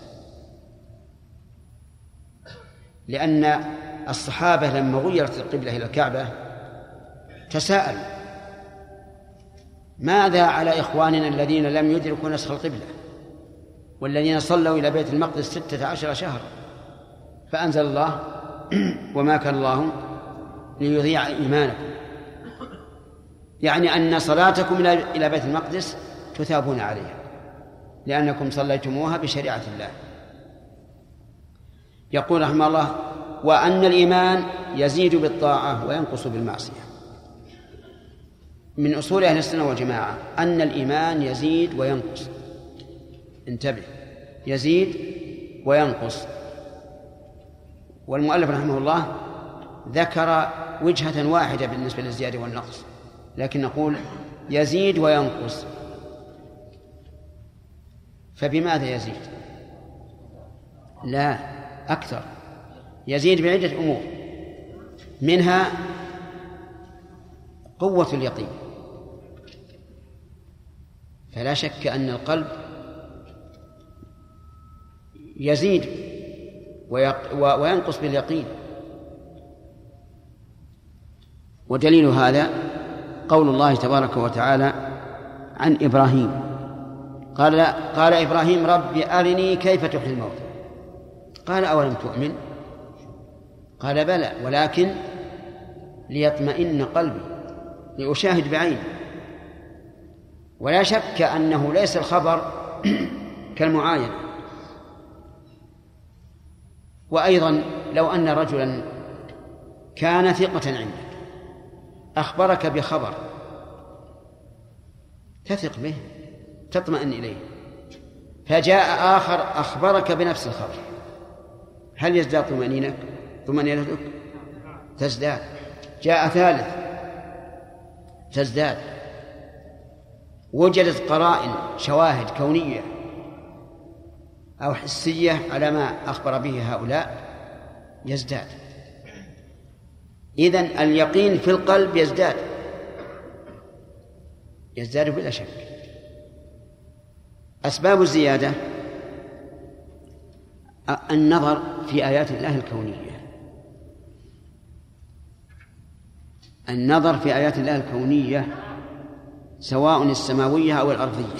لأن الصحابة لما غيرت القبلة إلى الكعبة تساءلوا: ماذا على إخواننا الذين لم يدركوا نسخ القبلة والذين صلوا إلى بيت المقدس 16 شهرا؟ فأنزل الله: وما كان الله ليضيع إيمانكم. يعني أن صلاتكم إلى بيت المقدس تثابون عليها لأنكم صليتموها بشريعة الله. يقول رحمه الله: وأن الإيمان يزيد بالطاعة وينقص بالمعصية. من أصول أهل السنة والجماعة أن الإيمان يزيد وينقص. انتبه، يزيد وينقص. والمؤلف رحمه الله ذكر وجهة واحدة بالنسبة للزيادة والنقص، لكن نقول يزيد وينقص. فبماذا يزيد؟ لا، أكثر. يزيد بعدة أمور، منها قوة اليقين. فلا شك أن القلب يزيد وينقص باليقين. ودليل هذا قول الله تبارك وتعالى عن إبراهيم: قال إبراهيم: رب أرني كيف تحيي الموتى. قال: أولم تؤمن؟ قال: بلى، ولكن ليطمئن قلبي، لأشاهد بعيني. ولا شك أنه ليس الخبر كالمعاينة. وأيضا لو أن رجلا كان ثقة عندك أخبرك بخبر تثق به تطمئن إليه، فجاء آخر أخبرك بنفس الخبر، هل يزداد طمأنينتك؟ تزداد. جاء ثالث تزداد. وجدت قرائن شواهد كونية أو حسية على ما أخبر به هؤلاء يزداد. إذن اليقين في القلب يزداد بلا شك. أسباب الزيادة: النظر في آيات الله الكونية. النظر في آيات الله الكونية سواء السماوية أو الأرضية.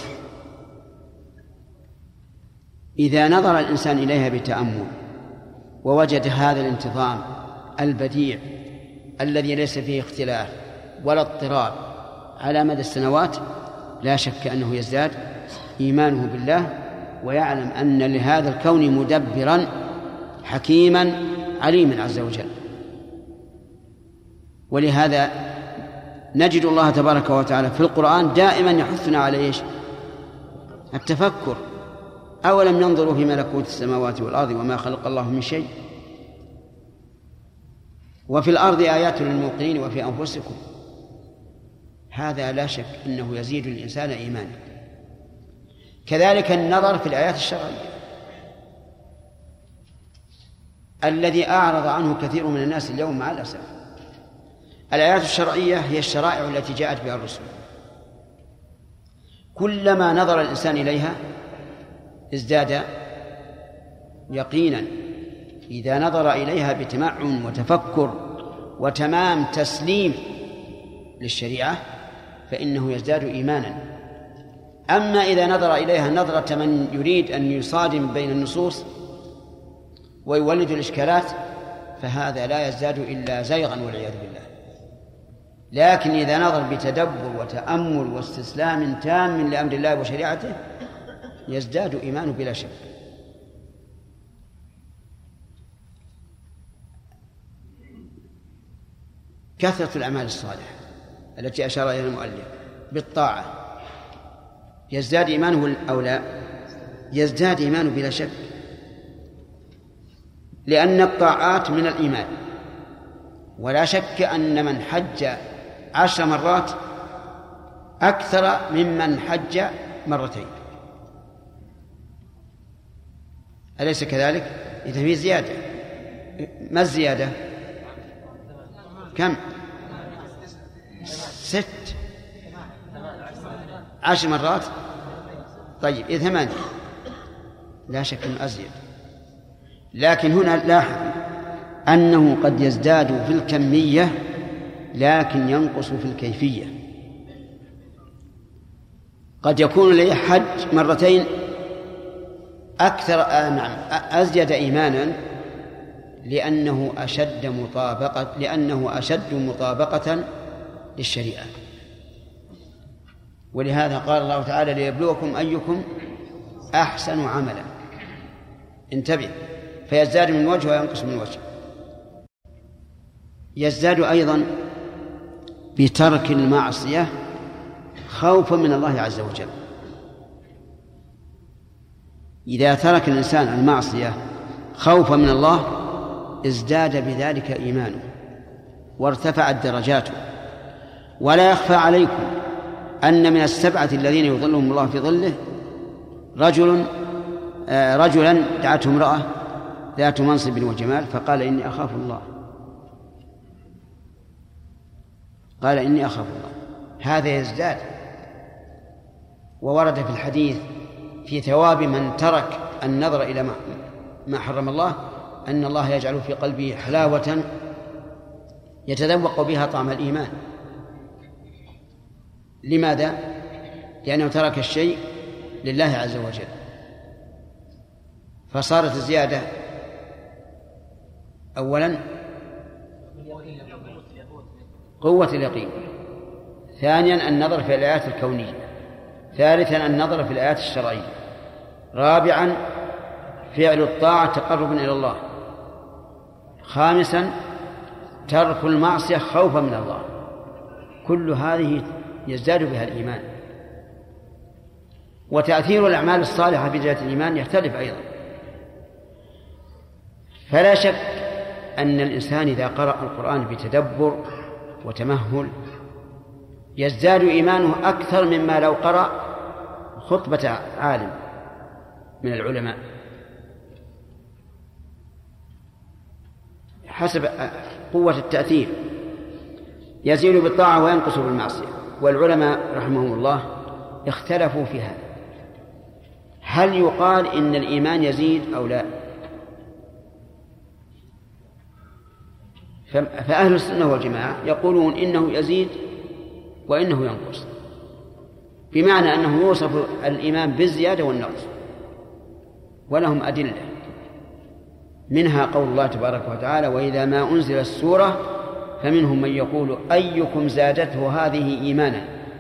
إذا نظر الإنسان إليها بتأمل ووجد هذا الانتظام البديع الذي ليس فيه اختلاف ولا اضطراب على مدى السنوات، لا شك أنه يزداد إيمانه بالله، ويعلم أن لهذا الكون مدبرا حكيما عليما عز وجل. ولهذا نجد الله تبارك وتعالى في القرآن دائما يحثنا على إيش؟ التفكر. أولم ينظروا في ملكوت السماوات والأرض وما خلق الله من شيء وفي الأرض آيات للموقنين وفي أنفسكم. هذا لا شك أنه يزيد الإنسان إيمانا. كذلك النظر في الآيات الشرعية الذي أعرض عنه كثير من الناس اليوم مع الأسف. الآيات الشرعية هي الشرائع التي جاءت بها الرسل. كلما نظر الإنسان إليها ازداد يقينا. إذا نظر إليها بتمعن وتفكر وتمام تسليم للشريعة فإنه يزداد إيمانا. أما إذا نظر إليها نظرة من يريد أن يصادم بين النصوص ويولد الإشكالات فهذا لا يزداد إلا زيغا والعياذ بالله. لكن إذا نظر بتدبر وتأمل واستسلام تام لأمر الله وشريعته يزداد إيمانه بلا شك. كثرة الأعمال الصالحة التي أشار إليها المؤلف بالطاعة يزداد إيمانه أو لا؟ يزداد إيمانه بلا شك، لأن الطاعات من الإيمان. ولا شك أن من حج 10 مرات أكثر ممن حج مرتين، أليس كذلك؟ إذا في زيادة. ما الزيادة؟ كم؟ 6 10 مرات. طيب إذا 8 لا شك أنه أزيد. لكن هنا لاحظ أنه قد يزداد في الكمية لكن ينقص في الكيفية. قد يكون لي حج مرتين أكثر أزيد إيمانا لأنه أشد مطابقة للشريعة. ولهذا قال الله تعالى ليبلوكم أيكم أحسن عملا. انتبه، فيزداد من وجه وينقص من وجه. يزداد أيضا بترك المعصية خوفا من الله عز وجل. إذا ترك الإنسان المعصية خوفا من الله ازداد بذلك إيمانه وارتفعت درجاته. ولا يخفى عليكم أن من السبعة الذين يظلهم الله في ظله رجلا دعته امرأة ذات منصب وجمال فقال إني أخاف الله. قال إني أخاف الله، هذا يزداد. وورد في الحديث في ثواب من ترك النظر إلى ما حرم الله أن الله يجعل في قلبه حلاوة يتذوق بها طعم الإيمان. لماذا؟ لأنه ترك الشيء لله عز وجل، فصارت الزيادة أولا قوة اليقين، ثانيا النظر في الآيات الكونية، ثالثا النظر في الآيات الشرعية، رابعا فعل الطاعة تقرب إلى الله، خامسا ترك المعصية خوفا من الله. كل هذه يزداد بها الإيمان. وتأثير الأعمال الصالحة في زيادة الإيمان يختلف أيضا. فلا شك أن الإنسان إذا قرأ القرآن بتدبر وتمهل يزداد إيمانه أكثر مما لو قرأ خطبة عالم من العلماء، حسب قوة التأثير. يزيد بالطاعة وينقص بالمعصية. والعلماء رحمهم الله اختلفوا في هذا، هل يقال إن الإيمان يزيد أو لا؟ فأهل السنة والجماعة يقولون إنه يزيد وإنه ينقص، بمعنى أنه يوصف الإيمان بالزيادة والنقص، ولهم أدلة منها قول الله تبارك وتعالى وإذا ما أنزل السورة فمنهم من يقول أيكم زادته هذه إيمانا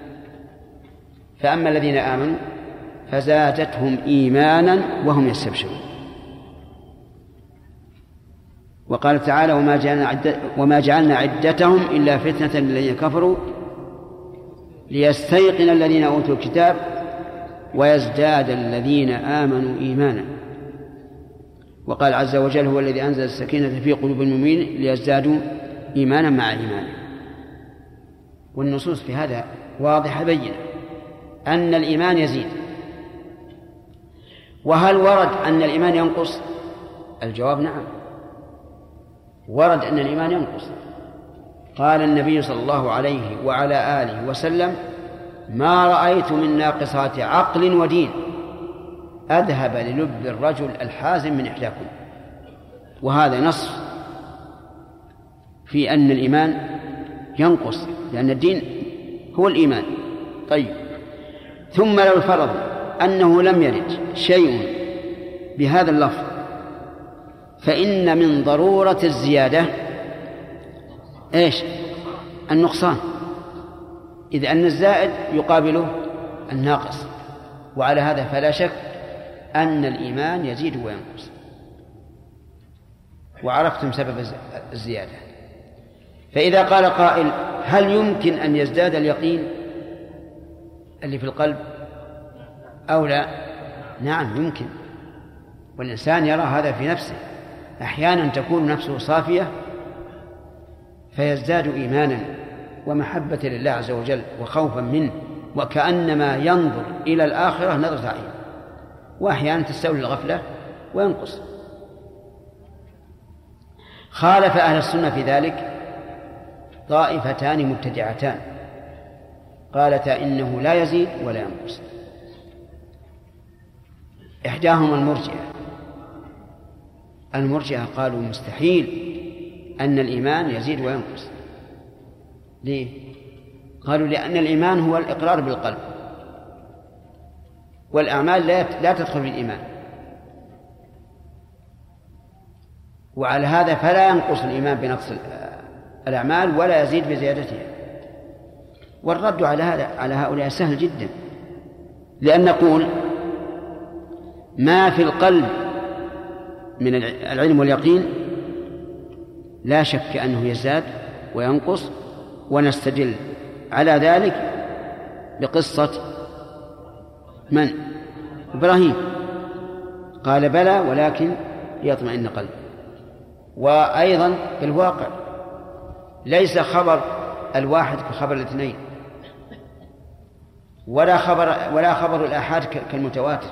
فأما الذين آمنوا فزادتهم إيمانا وهم يستبشرون. وقال تعالى وما جعلنا عدتهم إلا فتنة للذين كفروا ليستيقن الذين أوتوا الكتاب ويزداد الذين آمنوا إيمانا. وقال عز وجل هو الذي أنزل السكينة في قلوب المؤمنين ليزدادوا إيمانا مع إيمانه. والنصوص في هذا واضحة بينة أن الإيمان يزيد. وهل ورد أن الإيمان ينقص؟ الجواب نعم، ورد أن الإيمان ينقص. قال النبي صلى الله عليه وعلى آله وسلم ما رأيت من ناقصات عقل ودين أذهب للب الرجل الحازم من إحداكم. وهذا نص في أن الإيمان ينقص، لأن الدين هو الإيمان. طيب، ثم لو فرض أنه لم يرد شيء بهذا اللفظ فإن من ضرورة الزيادة إيش؟ النقصان، إذ أن الزائد يقابله الناقص. وعلى هذا فلا شك أن الإيمان يزيد وينقص. وعرفتم سبب الزيادة. فإذا قال قائل هل يمكن أن يزداد اليقين اللي في القلب أو لا؟ نعم يمكن، والإنسان يرى هذا في نفسه. أحيانا تكون نفسه صافية فيزداد إيمانا ومحبة لله عز وجل وخوفا منه وكأنما ينظر إلى الآخرة نظرة عين. وأحيانا تستولي الغفلة وينقص. خالف أهل السنة في ذلك طائفتان مبتدعتان قالتا إنه لا يزيد ولا ينقص. إحداهما المرجئة قالوا مستحيل أن الإيمان يزيد وينقص. ليه؟ قالوا لأن الإيمان هو الإقرار بالقلب، والأعمال لا تدخل في الإيمان، وعلى هذا فلا ينقص الإيمان بنقص الأعمال ولا يزيد بزيادتها. والرد على هؤلاء سهل جدا، لأن نقول ما في القلب من العلم واليقين لا شك أنه يزداد وينقص، ونستدل على ذلك بقصة من؟ إبراهيم، قال بلى ولكن ليطمئن قلبي. وأيضا في الواقع ليس خبر الواحد كخبر الاثنين، ولا خبر الآحاد كالمتواتر،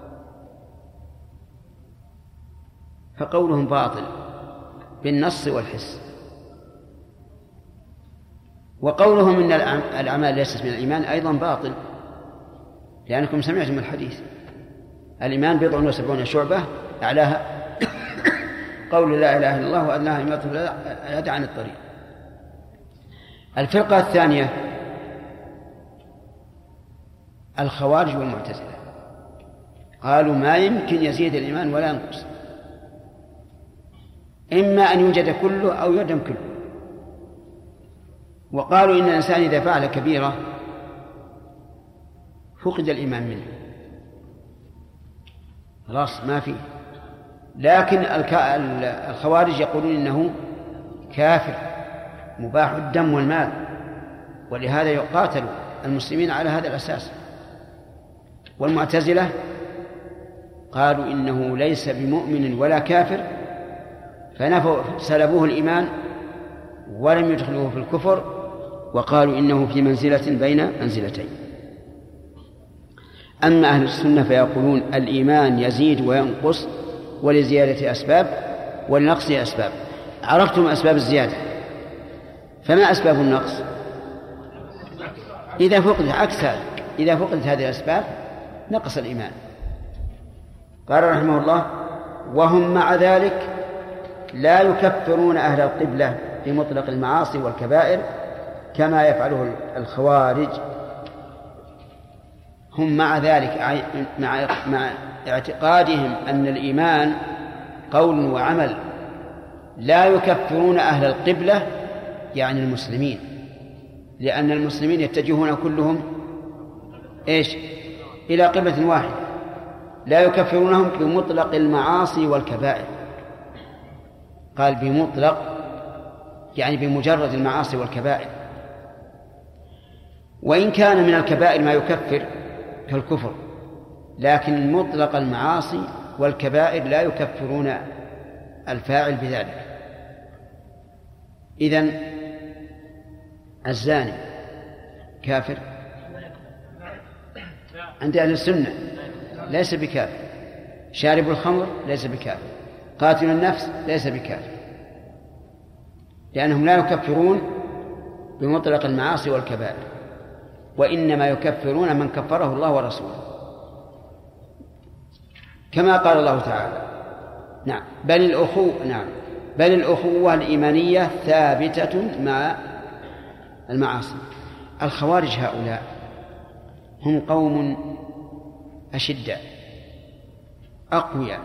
فقولهم باطل بالنص والحس. وقولهم إن الأعمال ليست من الإيمان أيضا باطل، لأنكم سمعتم الحديث: الإيمان 70 شعبة، أعلاها قول لا إله إلا الله وأدناها إماطة الأذى عن الطريق. الفرقة الثانية الخوارج والمعتزلة، قالوا ما يمكن يزيد الإيمان ولا ينقص، إما أن يوجد كله أو يعدم كله. وقالوا إن الإنسان إذا فعل كبيرة فقد الإيمان منه، خلاص ما فيه. لكن الخوارج يقولون إنه كافر مباح الدم والمال، ولهذا يقاتل المسلمين على هذا الأساس. والمعتزلة قالوا إنه ليس بمؤمن ولا كافر، سلبوه الإيمان ولم يدخلوه في الكفر، وقالوا إنه في منزلة بين منزلتين. أما أهل السنة فيقولون الإيمان يزيد وينقص، ولزيادة أسباب ولنقص أسباب. عرفتم أسباب الزيادة، فما أسباب النقص؟ إذا فقدت عكس هذا، إذا فقدت هذه الأسباب نقص الإيمان. قال رحمه الله: وهم مع ذلك لا يكفرون أهل القبلة بمطلق المعاصي والكبائر كما يفعله الخوارج. هم مع ذلك مع اعتقادهم أن الإيمان قول وعمل لا يكفرون أهل القبلة، يعني المسلمين، لأن المسلمين يتجهون كلهم إلى قبلة واحدة. لا يكفرونهم بمطلق المعاصي والكبائر، قال بمطلق يعني بمجرد المعاصي والكبائر. وإن كان من الكبائر ما يكفر كالكفر، لكن مطلق المعاصي والكبائر لا يكفرون الفاعل بذلك. إذن الزاني كافر عند أهل السنة ليس بكافر، شارب الخمر ليس بكافر، قاتل النفس ليس بكافر، لأنهم لا يكفرون بمطلق المعاصي والكبائر، وإنما يكفرون من كفره الله ورسوله، كما قال الله تعالى: نعم بل الأخوة الإيمانية ثابتة مع المعاصي. الخوارج هؤلاء هم قوم أشداء أقوياء،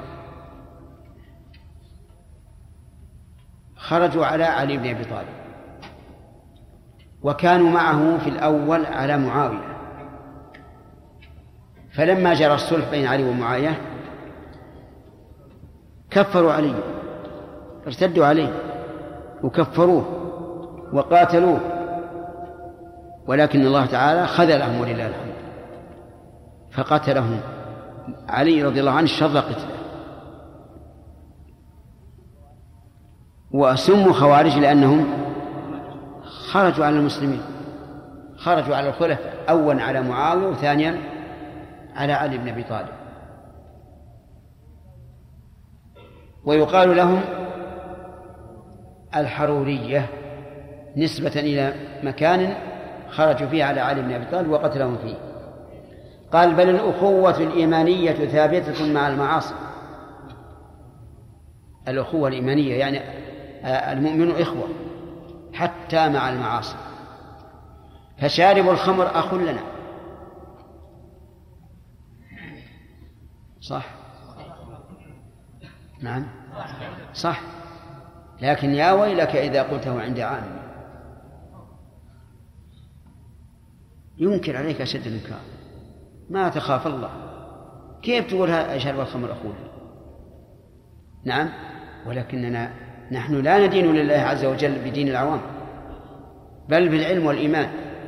خرجوا على علي بن أبي طالب، وكانوا معه في الأول على معاوية، فلما جرى الصلح بين علي ومعاوية كفروا علي، ارتدوا عليه وكفروه وقاتلوه، ولكن الله تعالى خذلهم ولله الحمد، فقتلهم علي رضي الله عنه شر قتله. وسموا خوارج لأنهم خرجوا على المسلمين، خرجوا على الخلفاء، أولا على معاوية وثانيا على علي بن أبي طالب. ويقال لهم الحرورية نسبة إلى مكان خرجوا فيه على علي بن أبي طالب وقتلهم فيه. قال: بل الأخوة الإيمانية ثابتة مع المعاصي. الأخوة الإيمانية يعني المؤمن إخوة حتى مع المعاصي، فشارب الخمر أخ لنا، صح؟ نعم صح، لكن يا ويلك إذا قلته عند عام. ينكر عليك أشد الإنكار، ما تخاف الله، كيف تقول شرب الخمر أخوه؟ نعم، ولكننا نحن لا ندين لله عز وجل بدين العوام، بل بالعلم والإيمان.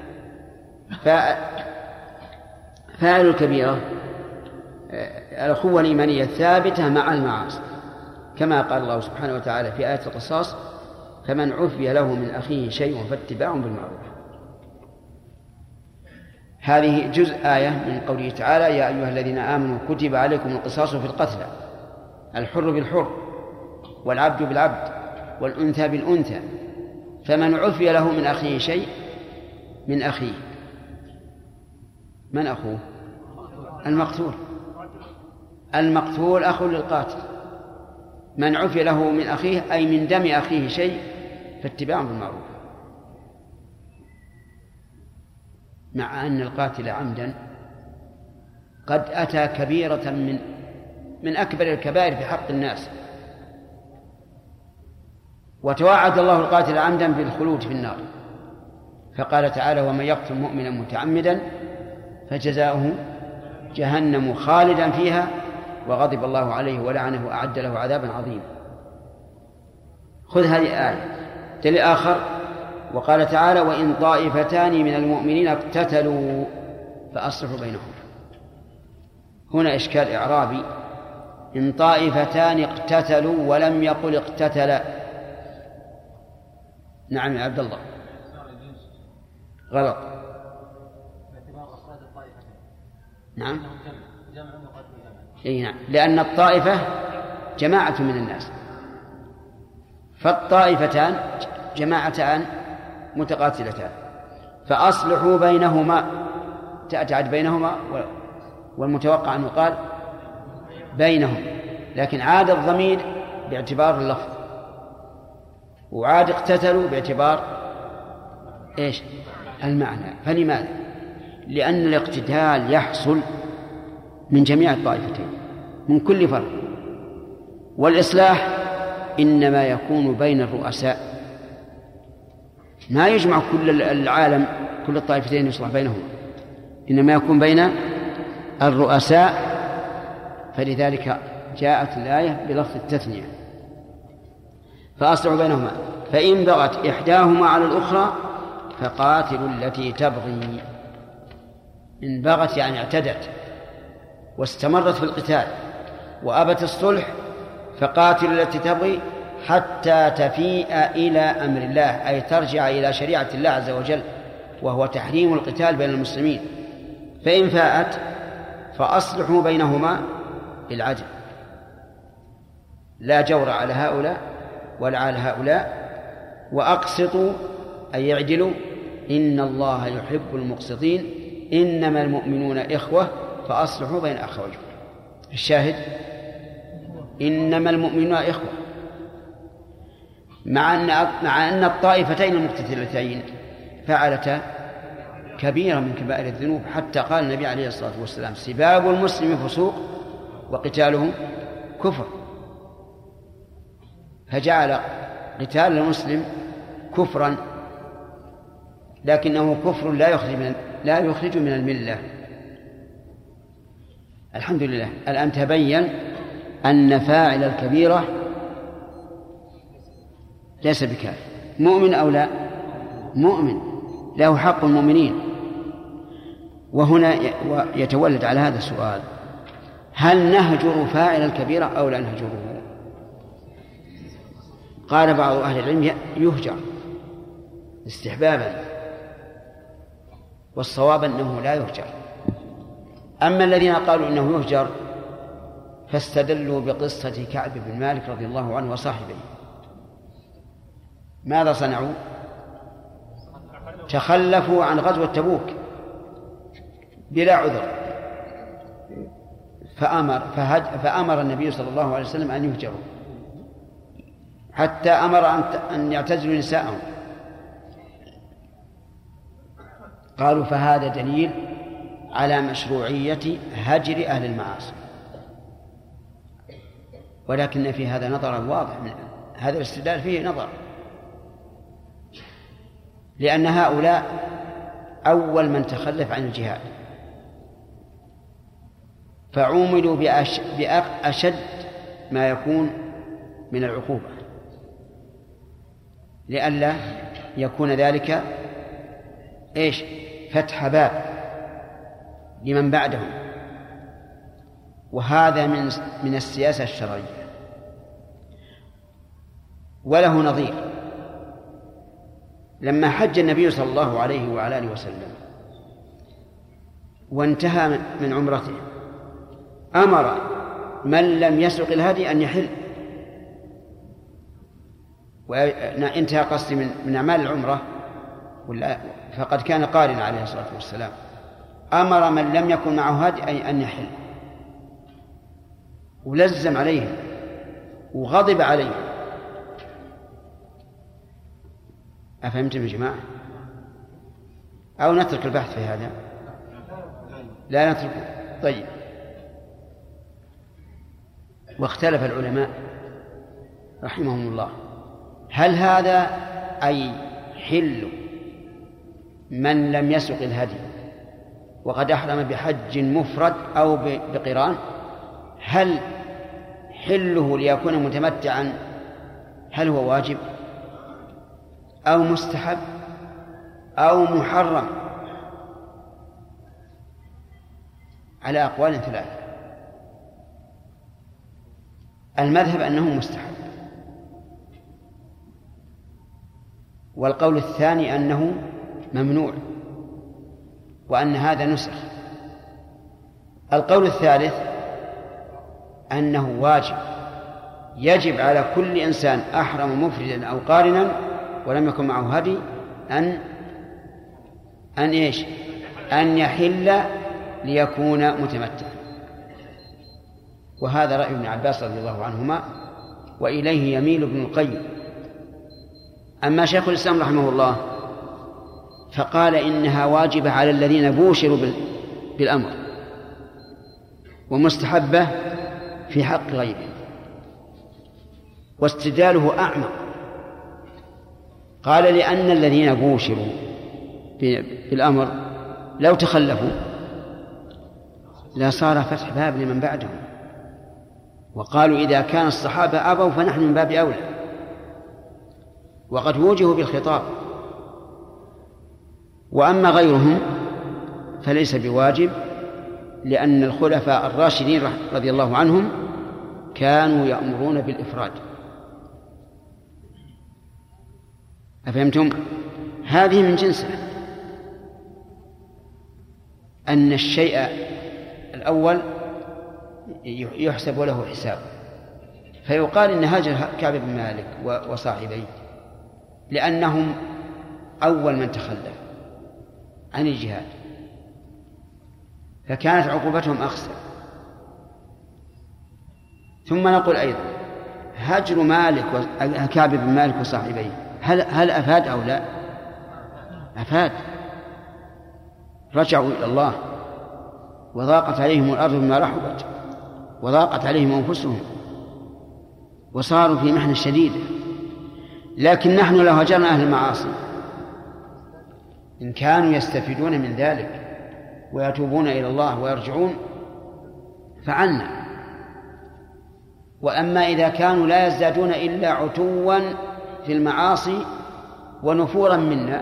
فاعل الكبيرة الأخوة الإيمانية ثابتة مع المعاصي، كما قال الله سبحانه وتعالى في آية القصاص: فمن عفي له من أخيه شيء فاتباع بالمعروف. هذه جزء آية من قوله تعالى: يا أيها الذين آمنوا كتب عليكم القصاص في القتلى، الحر بالحر والعبد بالعبد والأنثى بالأنثى، فمن عفي له من أخيه شيء، من أخيه، من أخوه؟ المقتول، المقتول أخو للقاتل. من عفي له من أخيه أي من دم أخيه شيء فاتباع بالمعروف، مع أن القاتل عمدا قد أتى كبيرة من أكبر الكبائر في حق الناس، وتوعد الله القاتل عمدا بالخلود في النار، فقال تعالى: ومن يقتل مؤمنا متعمدا فجزاؤه جهنم خالدا فيها وغضب الله عليه ولعنه وأعد له عذابا عظيما. خذ هذه الآية. دليل آخر: وقال تعالى: وإن طائفتان من المؤمنين اقتتلوا فأصلحوا بينهم. هنا إشكال إعرابي: إن طائفتان اقتتلوا ولم يقل اقتتلا. نعم يا عبد الله، غلط. نعم، نعم، لأن الطائفة جماعة من الناس، فالطائفتان جماعتان متقاتلتان، فأصلحوا بينهما، تأتعد بينهما، والمتوقع أن يقال بينهم، لكن عاد الضمير باعتبار اللفظ، وعاد اقتتلوا باعتبار إيش؟ المعنى. فلماذا؟ لأن الاقتتال يحصل من جميع الطائفتين، من كل فرق، والإصلاح إنما يكون بين الرؤساء، ما يجمع كل العالم، كل الطائفتين يصلح بينهما، إنما يكون بين الرؤساء. فلذلك جاءت الآية بلفظ التثنية: فأصلحوا بينهما فإن بغت إحداهما على الأخرى فقاتلوا التي تبغي. إن بغت يعني اعتدت واستمرت في القتال وأبت الصلح، فقاتلوا التي تبغي حتى تفيء إلى أمر الله، أي ترجع إلى شريعة الله عز وجل، وهو تحريم القتال بين المسلمين. فإن فاءت فأصلحوا بينهما بالعدل، لا جور على هؤلاء ولا على هؤلاء، وأقسطوا أي يعدلوا، إن الله يحب المقسطين، إنما المؤمنون إخوة فأصلحوا بين أخويكم. الشاهد: إنما المؤمنون إخوة، مع أن الطائفتين المقتتلتين فعلتا كبيرة من كبائر الذنوب، حتى قال النبي عليه الصلاة والسلام: سباب المسلم فسوق وقتاله كفر. فجعل قتال المسلم كفرا، لكنه كفر لا يخرج من الملة. الحمد لله، الآن تبين أن فاعل الكبيرة ليس بكافر. مؤمن أو لا؟ مؤمن، له حق المؤمنين. وهنا يتولد على هذا السؤال: هل نهجر فاعل الكبيرة أو لا نهجره؟ قال بعض أهل العلم: يهجر استحبابا، والصواب أنه لا يهجر. أما الذين قالوا إنه يهجر فاستدلوا بقصة كعب بن مالك رضي الله عنه وصاحبه. ماذا صنعوا؟ تخلفوا عن غزوة تبوك بلا عذر، فأمر النبي صلى الله عليه وسلم أن يهجروا، حتى أمر أن يعتزلوا نساءهم. قالوا: فهذا دليل على مشروعية هجر أهل المعاصي. ولكن في هذا نظرا واضح، من هذا الاستدلال فيه نظر، لأن هؤلاء أول من تخلف عن الجهاد، فعوملوا بأشد ما يكون من العقوبة لئلا يكون ذلك فتح باب لمن بعدهم. وهذا من السياسة الشرعية. وله نظير لما حج النبي صلى الله عليه وعلى آله وسلم وانتهى من عمرته أمر من لم يسرق الهدي أن يحل، وانتهى قصدي من أعمال العمرة فقد كان قارنا عليه الصلاة والسلام. أمر من لم يكن معه هدي أن يحل، ولزم عليهم وغضب عليهم. أفهمتم يا جماعة؟ أو نترك البحث في هذا؟ لا نتركه. طيب. واختلف العلماء رحمهم الله هل هذا أي حل من لم يسق الهدي وقد أحرم بحج مفرد أو بقران، هل حله ليكون متمتعا هل هو واجب أو مستحب أو محرم؟ على أقوال ثلاثة. المذهب أنه مستحب، والقول الثاني أنه ممنوع وأن هذا نسخ. القول الثالث أنه واجب، يجب على كل إنسان أحرم مفردا أو قارنا ولم يكن معه هدي أن يحل ليكون متمتعا. وهذا رأي ابن عباس رضي الله عنهما، وإليه يميل ابن القيم. أما شيخ الإسلام رحمه الله فقال إنها واجبة على الذين بوشروا بالأمر، ومستحبة في حق غيره. واستدلاله أعمق، قال لأن الذين بوشروا بالأمر لو تخلفوا لا صار فتح باب لمن بعدهم، وقالوا إذا كان الصحابة أبوا فنحن من باب أولى، وقد وجهوا بالخطاب. وأما غيرهم فليس بواجب، لأن الخلفاء الراشدين رضي الله عنهم كانوا يأمرون بالإفراد. أفهمتم؟ هذه من جنسه، أن الشيء الأول يحسب له حساب، فيقال إن هاجر كعب بن مالك وصاحبيه لأنهم أول من تخلف عن الجهاد، فكانت عقوبتهم أخسر. ثم نقول أيضا هجر مالك كعب بن مالك وصاحبيه هل أفاد أو لا؟ أفاد، رجعوا إلى الله وضاقت عليهم الأرض بما رحبت وضاقت عليهم أنفسهم وصاروا في محنة شديدة. لكن نحن لو هجرنا أهل المعاصي إن كانوا يستفيدون من ذلك ويتوبون إلى الله ويرجعون فعلنا. وأما إذا كانوا لا يزدادون إلا عتوا في المعاصي ونفورا منا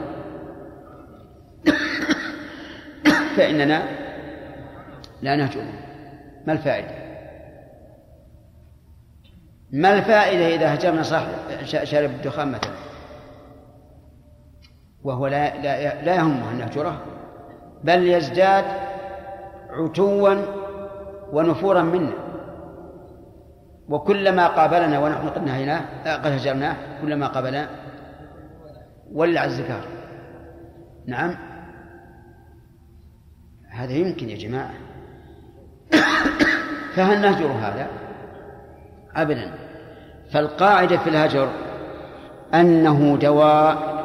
فإننا لا نهجرهم. ما الفائدة؟ ما الفائدة إذا هجرنا صاحب شارب الدخان مثلا وهو لا يهمه أن نهجره، بل يزداد عتوا ونفورا منا، وكلما قابلنا ونحن قد نهيناه قد هجرناه كلما قابلنا ولع الذكر. نعم، هذا يمكن يا جماعة. فهل نهجر هذا؟ أبدا. فالقاعدة في الهجر أنه دواء،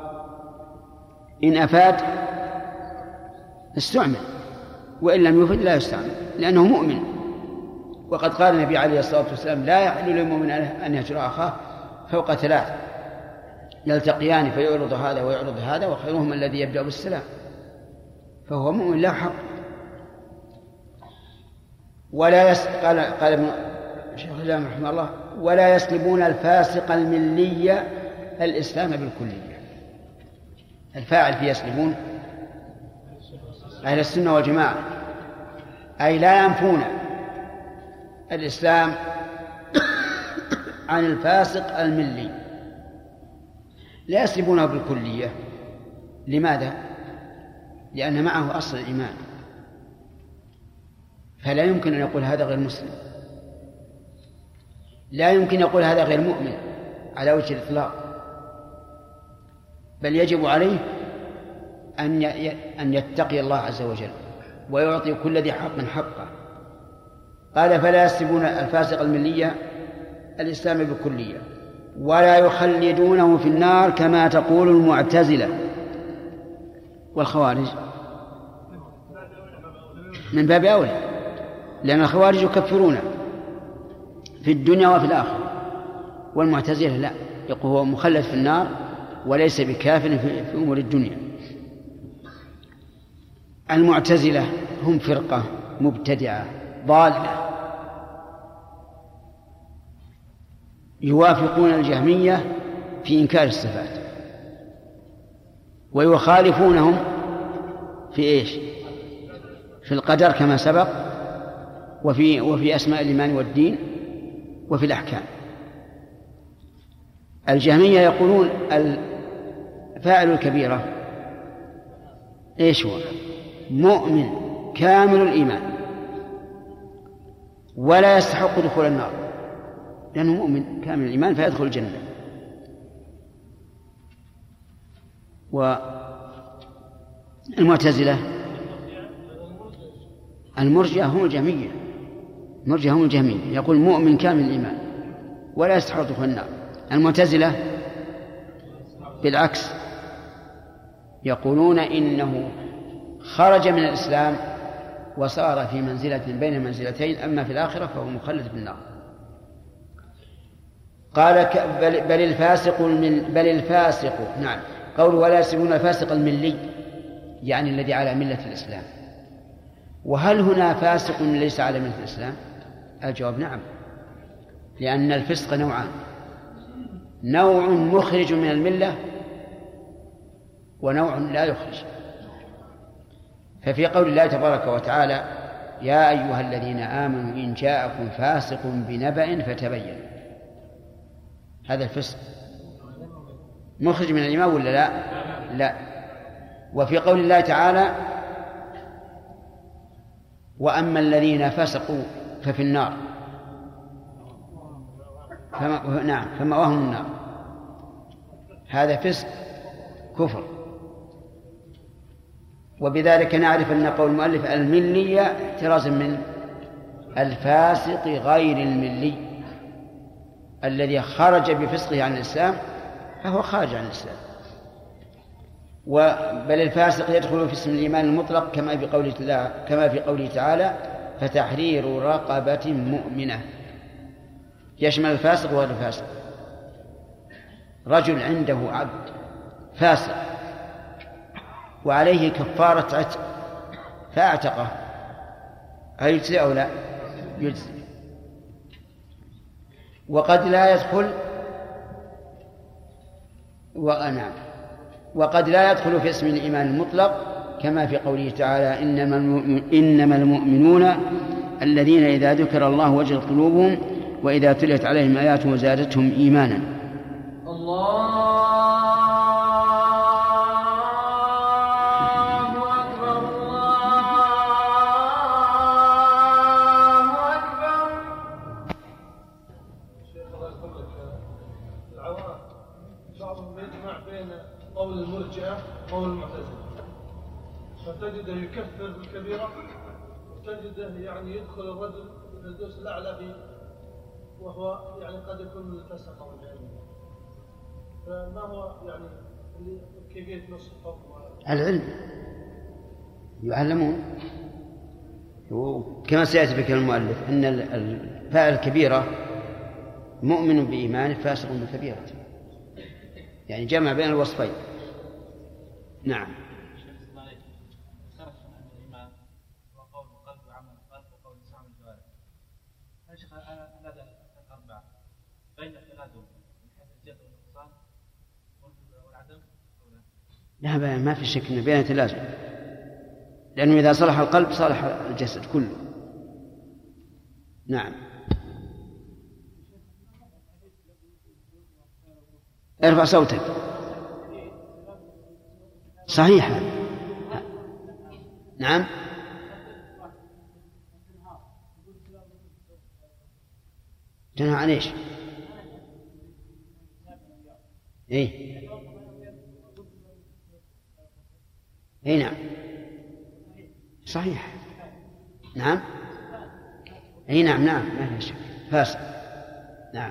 إن أفاد استعمل وإن لم يفد لا يستعمل، لأنه مؤمن. وقد قال النبي عليه الصلاة والسلام لا يحل للمؤمن أن يهجر أخاه فوق 3 يلتقيان فيعرض هذا ويعرض هذا وخيرهم الذي يبدأ بالسلام. فهو مؤمن له حق. ولا قال ابن شيخ الإسلام رحمه الله: ولا يسلبون الفاسق الملي الإسلام بالكلية. الفاعل في يسلبون أهل السنة والجماعة، أي لا ينفون الإسلام عن الفاسق الملي، لا يسلبونه بالكلية. لماذا؟ لأن معه أصل الإيمان، فلا يمكن أن يقول هذا غير مسلم، لا يمكن يقول هذا غير مؤمن على وجه الإطلاق، بل يجب عليه أن يتقي الله عز وجل ويعطي كل ذي حق حقه. قال: فلا يسلبون الفاسق الملي الإسلام بالكلية ولا يخلدونه في النار كما تقول المعتزلة والخوارج. من باب أولى، لأن الخوارج يكفرون في الدنيا وفي الآخرة، والمعتزلة لا، يقول هو مخلد في النار وليس بكافر في أمور الدنيا. المعتزلة هم فرقة مبتدعة ضالة، يوافقون الجهمية في إنكار الصفات ويخالفونهم في إيش؟ في القدر كما سبق، وفي أسماء الإيمان والدين، وفي الأحكام. الجهمية يقولون فاعل الكبيرة إيش هو؟ مؤمن كامل الإيمان ولا يستحق دخول النار، لأنه مؤمن كامل الإيمان فيدخل الجنة. والمعتزلة المرجئة هم الجهمية، يقول مؤمن كامل الإيمان ولا يستحق دخول النار. المعتزلة بالعكس، يقولون إنه خرج من الإسلام وصار في منزلة بين المنزلتين، أما في الآخرة فهو مخلد بالنار. قال: بل الفاسق نعم، قول ولا يسلبون الفاسق الملي يعني الذي على ملة الإسلام. وهل هنا فاسق ليس على ملة الإسلام؟ الجواب نعم، لأن الفسق نوعان: نوع مخرج من الملة ونوع لا يخرج. ففي قول الله تبارك وتعالى: يا أيها الذين آمنوا إن جاءكم فاسق بنبأ فتبينوا، هذا الفسق مخرج من الإيمان ولا لا؟ لا. وفي قول الله تعالى: وأما الذين فسقوا ففي النار، فمأواهم النار، هذا فسق كفر. وبذلك نعرف أن قول المؤلف الملية احترازا من الفاسق غير الملي الذي خرج بفسقه عن الإسلام فهو خارج عن الإسلام. بل الفاسق يدخل في اسم الإيمان المطلق كما في قوله تعالى: فتحرير رقبة مؤمنة، يشمل الفاسق وغير الفاسق. رجل عنده عبد فاسق وعليه كفارة عتق فاعتقه، هل يجزي أو لا؟ يجزي. وقد لا يدخل وقد لا يدخل في اسم الإيمان المطلق كما في قوله تعالى: إنما المؤمنون الذين إذا ذكر الله وجلت قلوبهم وإذا تليت عليهم آياته زادتهم إيمانا. قول المرجئة قول المعتزلة، فتجده يكفر بالكبيرة وتجده يعني يدخل الرجل في الدرس الأعلى وهو يعني قد يكون من الفسق أو الجاهلية. فما هو يعني كيفية نص الحكم؟ العلم يعلمون، كما سيأتي بكلام المؤلف أن الفاعل الكبيرة مؤمن بإيمانه فاسق بكبيرة، يعني جمع بين الوصفين. نعم. يا شيخ هذا الأربعة بين التلازم من حيث الجد والنقصان والعدم أو لا ما في شك أن بين تلازم، لأنه إذا صلح القلب صلح الجسد كله. نعم. ارفع صوتك. صحيح. نعم. تنهى عن ايش؟ ايه اي نعم صحيح. نعم اي نعم ما في شك فاسد. نعم.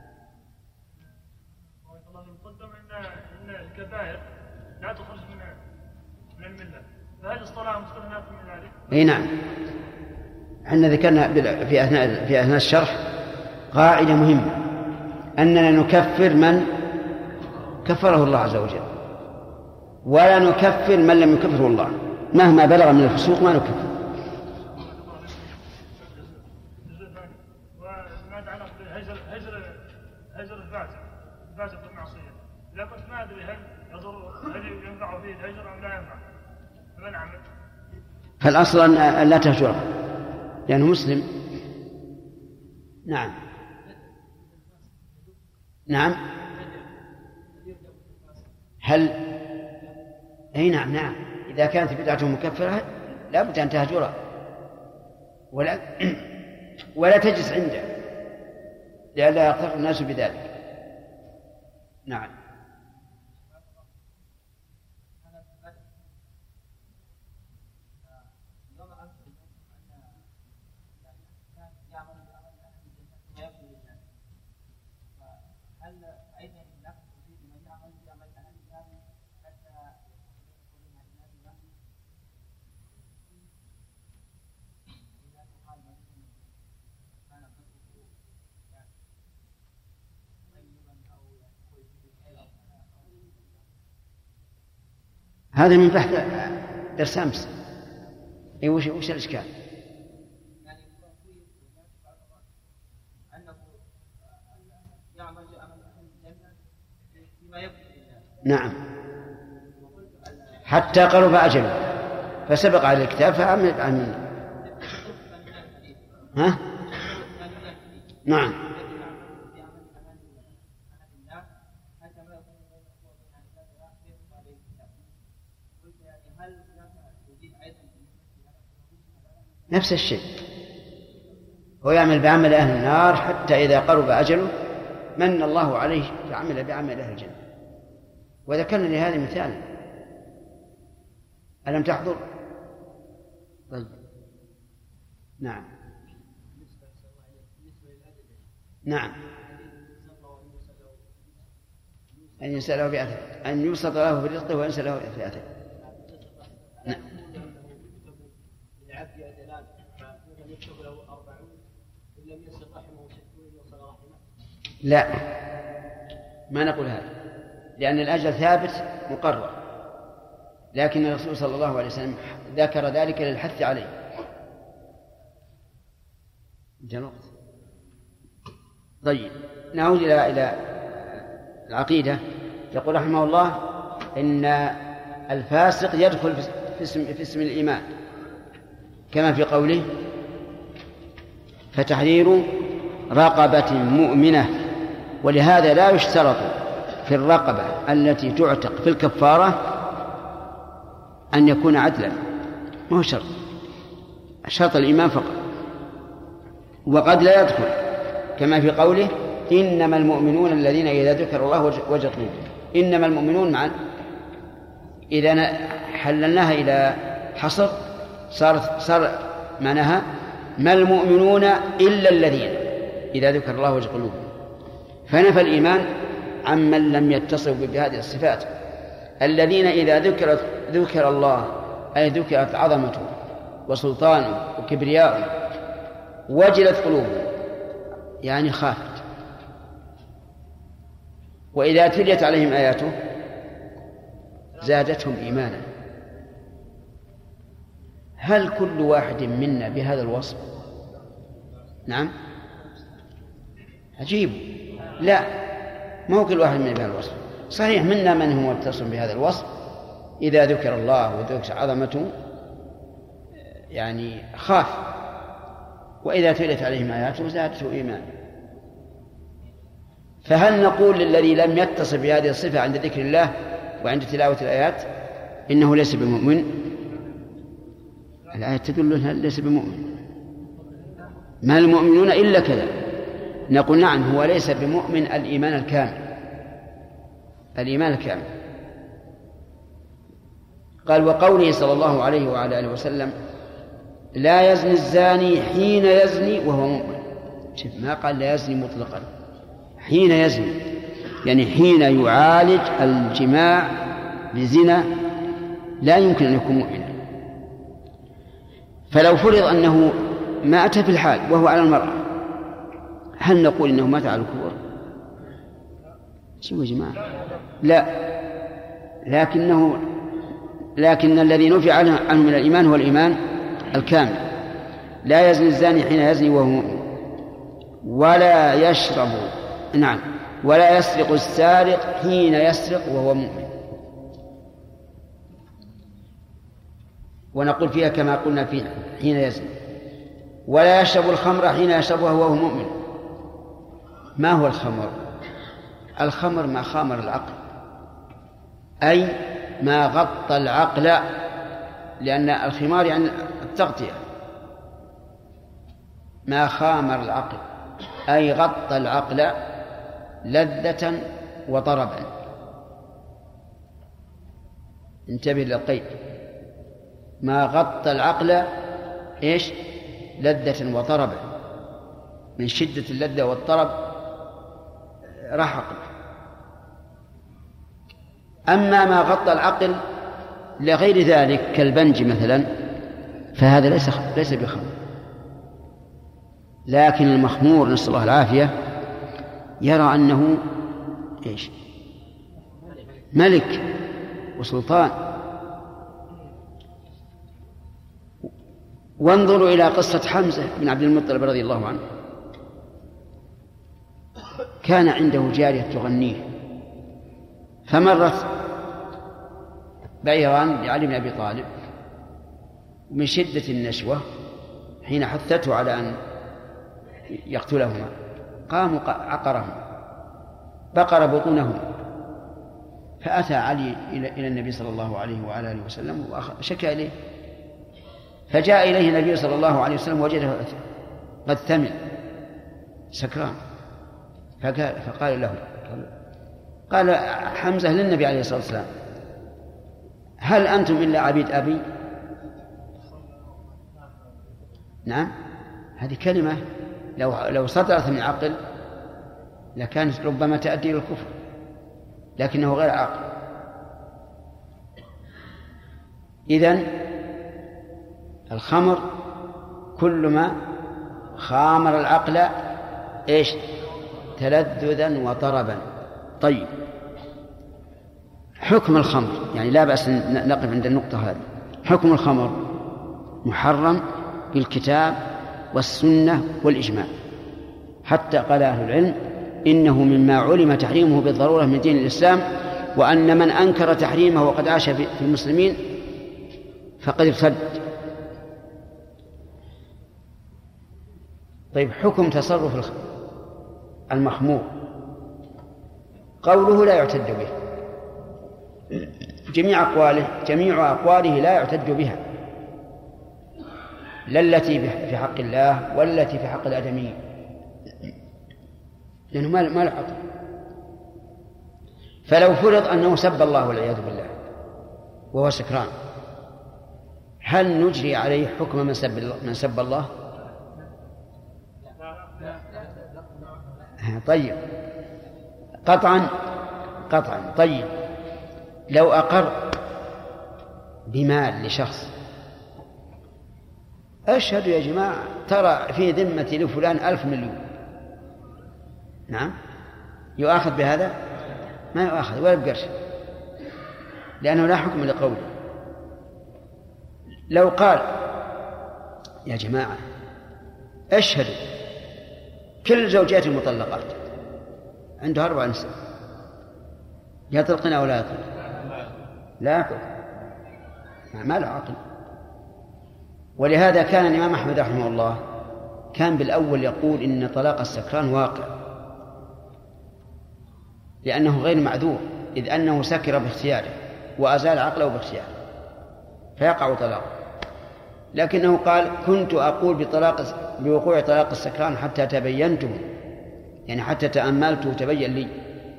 قلتم ان الكبائر لا تخرج من المله، فهل الصلاه مستثناه من ذلك؟ اي نعم. احنا ذكرنا في اثناء الشرح قاعده مهمه، اننا نكفر من كفره الله عز وجل، ولا نكفر من لم يكفره الله، مهما بلغ من الفسوق ما نكفر. وما يتعلق بهجر الفاسق بالمعصيه، اذا كنت ما ادري هل ينفع فيه الهجر ام لا ينفع، فما نعمل؟ فالاصل ان لا تهجره لانه مسلم. نعم نعم. هل اي نعم اذا كانت بدعته مكفره لا بد ان تهجره ولا تجلس عنده لئلا يغتر الناس بذلك. نعم. هذا من بحث درس أمس. إيه وش الإشكال؟ نعم حتى قرب أجله فسبق على الكتاب فعمل عنه. ها؟ نعم. نفس الشيء، هو يعمل بعمل أهل النار حتى إذا قرب أجله من الله عليه فعمل بعمل أهل الجنة. وذكرنا لهذا مثال، ألم تحضر؟ طيب. نعم نعم. أن يسأله بأثر، أن يبسط له برزقه وينسى له بأثر. نعم. لا ما نقول هذا، لأن الأجل ثابت مقرر، لكن الرسول صلى الله عليه وسلم ذكر ذلك للحث عليه. جنوط. طيب نعود إلى العقيدة. يقول رحمه الله إن الفاسق يدخل في اسم الإيمان كما في قوله فتحرير رقبة مؤمنة. ولهذا لا يشترط في الرقبة التي تعتق في الكفارة أن يكون عدلا، ما هو شرط، شرط الإيمان فقط. وقد لا يدخل كما في قوله إنما المؤمنون الذين إذا ذكر الله وجلت قلوبهم. إنما المؤمنون معا إذا حللناها إلى حصر صار معناها ما المؤمنون إلا الذين إذا ذكر الله وجلت قلوبهم. فنفى الإيمان عمن لم يتصف بهذه الصفات. الذين إذا ذكر الله أي ذكرت عظمته وسلطانه وكبرياؤه وجلت قلوبهم يعني خافت. وإذا تليت عليهم آياته زادتهم إيمانا. هل كل واحد منا بهذا الوصف؟ نعم عجيب. لا، ما هو كل واحد من بهذا الوصف. صحيح منا من هو متصل بهذا الوصف إذا ذكر الله وذكر عظمته يعني خاف، وإذا تلت عليهم آياته زادته إيمانا. فهل نقول للذي لم يتصل بهذه الصفة عند ذكر الله وعند تلاوة الآيات إنه ليس بمؤمن؟ الآية تدل أنه ليس بمؤمن. ما المؤمنون إلا كذا. نقول نعم، هو ليس بمؤمن الإيمان الكامل، الإيمان الكامل. قال وقوله صلى الله عليه وعلى آله وسلم لا يزني الزاني حين يزني وهو مؤمن. شوف، ما قال لا يزني مطلقا، حين يزني يعني حين يعالج الجماع بزنا لا يمكن أن يكون مؤمنا. فلو فرض أنه مات في الحال وهو على المرأة، هل نقول إنه مات على الكفر؟ شو يا جماعة؟ لا، لكن الذي نفي عنه من الإيمان هو الإيمان الكامل. لا يزني الزاني حين يزني وهو مؤمن، ولا يشرب ولا يسرق السارق حين يسرق وهو مؤمن. ونقول فيها كما قلنا فيه حين يزني. ولا يشرب الخمر حين يشربها وهو مؤمن. ما هو الخمر؟ الخمر ما خامر العقل، أي ما غطى العقل، لأن الخمار يعني التغطية. ما خامر العقل أي غطى العقل لذة وطربا. انتبه للقيد، ما غطى العقل إيش؟ لذة وطربا، من شدة اللذة والطرب راح عقل. أما ما غطى العقل لغير ذلك كالبنج مثلا فهذا ليس بخمر. لكن المخمور نسأل الله العافية يرى أنه إيش؟ ملك وسلطان. وانظروا إلى قصة حمزة بن عبد المطلب رضي الله عنه. كان عنده جارية تغنيه، فمرت بعيران لعلي بن أبي طالب من شدة النشوة حين حثته على أن يقتلهما قاموا عقرهما بقر بطونهما. فأتى علي إلى النبي صلى الله عليه وعلى آله وسلم وشكى إليه، فجاء إليه النبي صلى الله عليه وسلم وجده قد ثمن سكران، فقال له، قال حمزة للنبي عليه الصلاة والسلام هل أنتم إلا عبيد أبي؟ نعم، هذه كلمة لو صدرت من عقل لكانت ربما تؤدي إلى الكفر، لكنه غير عاقل. إذن الخمر كل ما خامر العقل إيش؟ تلذذا وطربا. طيب، حكم الخمر يعني لا بأس نقف عند النقطة هذه. حكم الخمر محرم بالكتاب والسنة والإجماع، حتى قال أهل العلم إنه مما علم تحريمه بالضرورة من دين الإسلام، وأن من أنكر تحريمه وقد عاش في المسلمين فقد ارتد. طيب، حكم تصرف المخمور قوله لا يعتد به. جميع أقواله لا يعتد بها، لا التي في حق الله ولا التي في حق الآدميين، لأنه ما له حق. فلو فرض أنه سب الله والعياذ بالله وهو سكران، هل نجري عليه حكم من سب الله؟ طيب، قطعا. طيب، لو أقر بمال لشخص، أشهد يا جماعة ترى في ذمتي لفلان 1,000 مليون، نعم، يؤاخذ بهذا؟ ما يؤاخذ ولا بقرش، لأنه لا حكم لقوله. لو قال يا جماعة أشهد كل زوجات المطلقات عنده 4 نساء، يطلقن أو لا يطلق؟ لا يطلق، ما له عقل. ولهذا كان الإمام أحمد رحمه الله كان بالأول يقول إن طلاق السكران واقع، لأنه غير معذور، إذ أنه سكر باختياره وأزال عقله باختياره فيقع طلاق. لكنه قال كنت أقول بوقوع طلاق السكران حتى تبينته، يعني حتى تأملته تبين لي،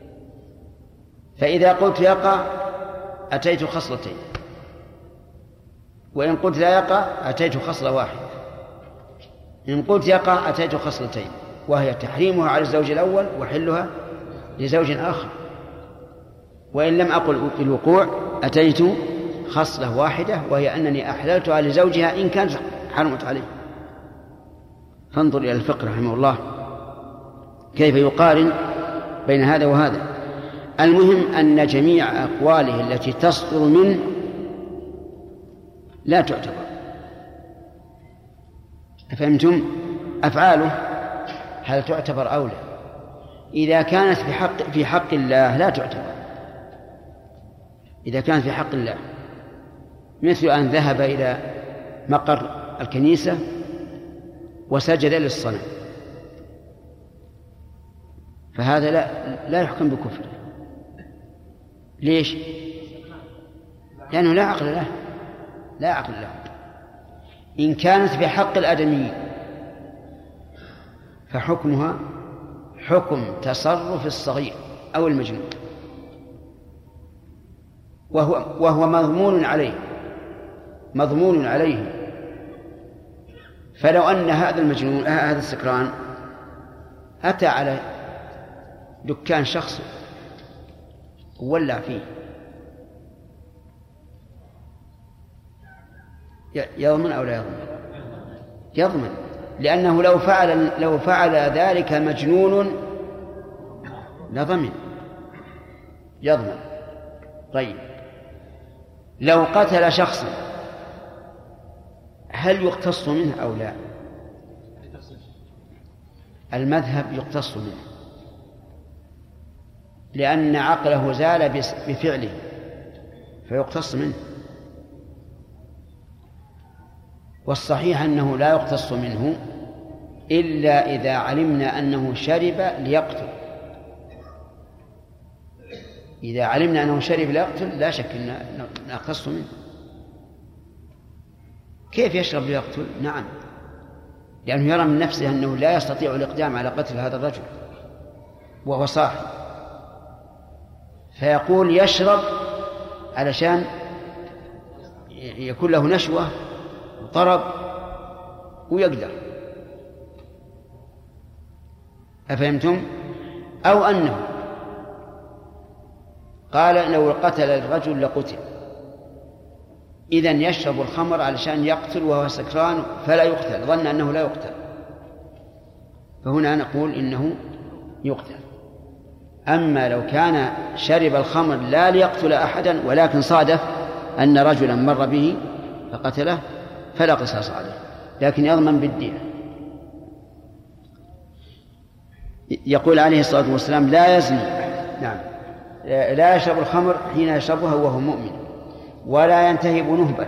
فإذا قلت يقع أتيت خصلتين، وإن قلت لا يقع أتيت خصلة واحدة. إن قلت يقع أتيت خصلتين، وهي تحريمها على الزوج الأول وحلها لزوج آخر. وإن لم أقل بالوقوع أتيت خصلة واحدة، وهي أنني أحللتها لزوجها إن كانت حرمت عليه. فانظر إلى الفقه رحمه الله كيف يقارن بين هذا وهذا. المهم أن جميع أقواله التي تصدر منه لا تعتبر. فهمتم؟ أفعاله هل تعتبر أو لا؟ إذا كانت في حق الله لا تعتبر، إذا كانت في حق الله، مثل أن ذهب إلى مقر الكنيسة وسجد للصنم، فهذا لا يحكم بكفر. ليش؟ لأنه لا عقل له، لا عقل له. إن كانت في حق الآدميين فحكمها حكم تصرف الصغير أو المجنون، وهو مضمون عليه. فلو أن هذا المجنون هذا السكران أتى على دكان شخص وولع فيه، يضمن أو لا يضمن؟ يضمن، لأنه لو فعل ذلك مجنون لضمن، يضمن. طيب لو قتل شخصا هل يقتص منه أو لا؟ المذهب يقتص منه، لأن عقله زال بفعله فيقتص منه. والصحيح أنه لا يقتص منه إلا إذا علمنا أنه شرب ليقتل. إذا علمنا أنه شرب ليقتل لا شك أن نقتص منه. كيف يشرب ليقتل؟ نعم، لأنه يرى من نفسه أنه لا يستطيع الإقدام على قتل هذا الرجل وهو صاحي، فيقول يشرب علشان يكون له نشوة وطرب ويقدر. أفهمتم؟ أو أنه قال لو قتل الرجل لقتل، إذن يشرب الخمر علشان يقتل وهو سكران فلا يقتل، ظن أنه لا يقتل، فهنا نقول إنه يقتل. أما لو كان شرب الخمر لا ليقتل أحدا ولكن صادف أن رجلا مر به فقتله فلا قصاص عليه، لكن يضمن بالدية. يقول عليه الصلاة والسلام لا يزني، نعم، لا يشرب الخمر حين يشربها وهو مؤمن، ولا ينتهب نهبة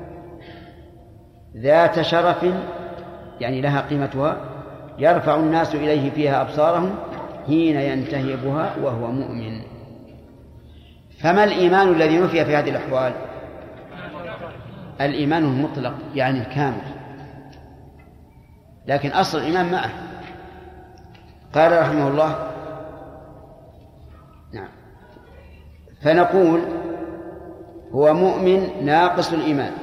ذات شرف يعني لها قيمتها يرفع الناس إليه فيها أبصارهم حين ينتهبها وهو مؤمن. فما الإيمان الذي نفي في هذه الأحوال؟ الإيمان المطلق يعني الكامل، لكن أصل الإيمان معه. قال رحمه الله نعم، فنقول هو مؤمن ناقص الإيمان،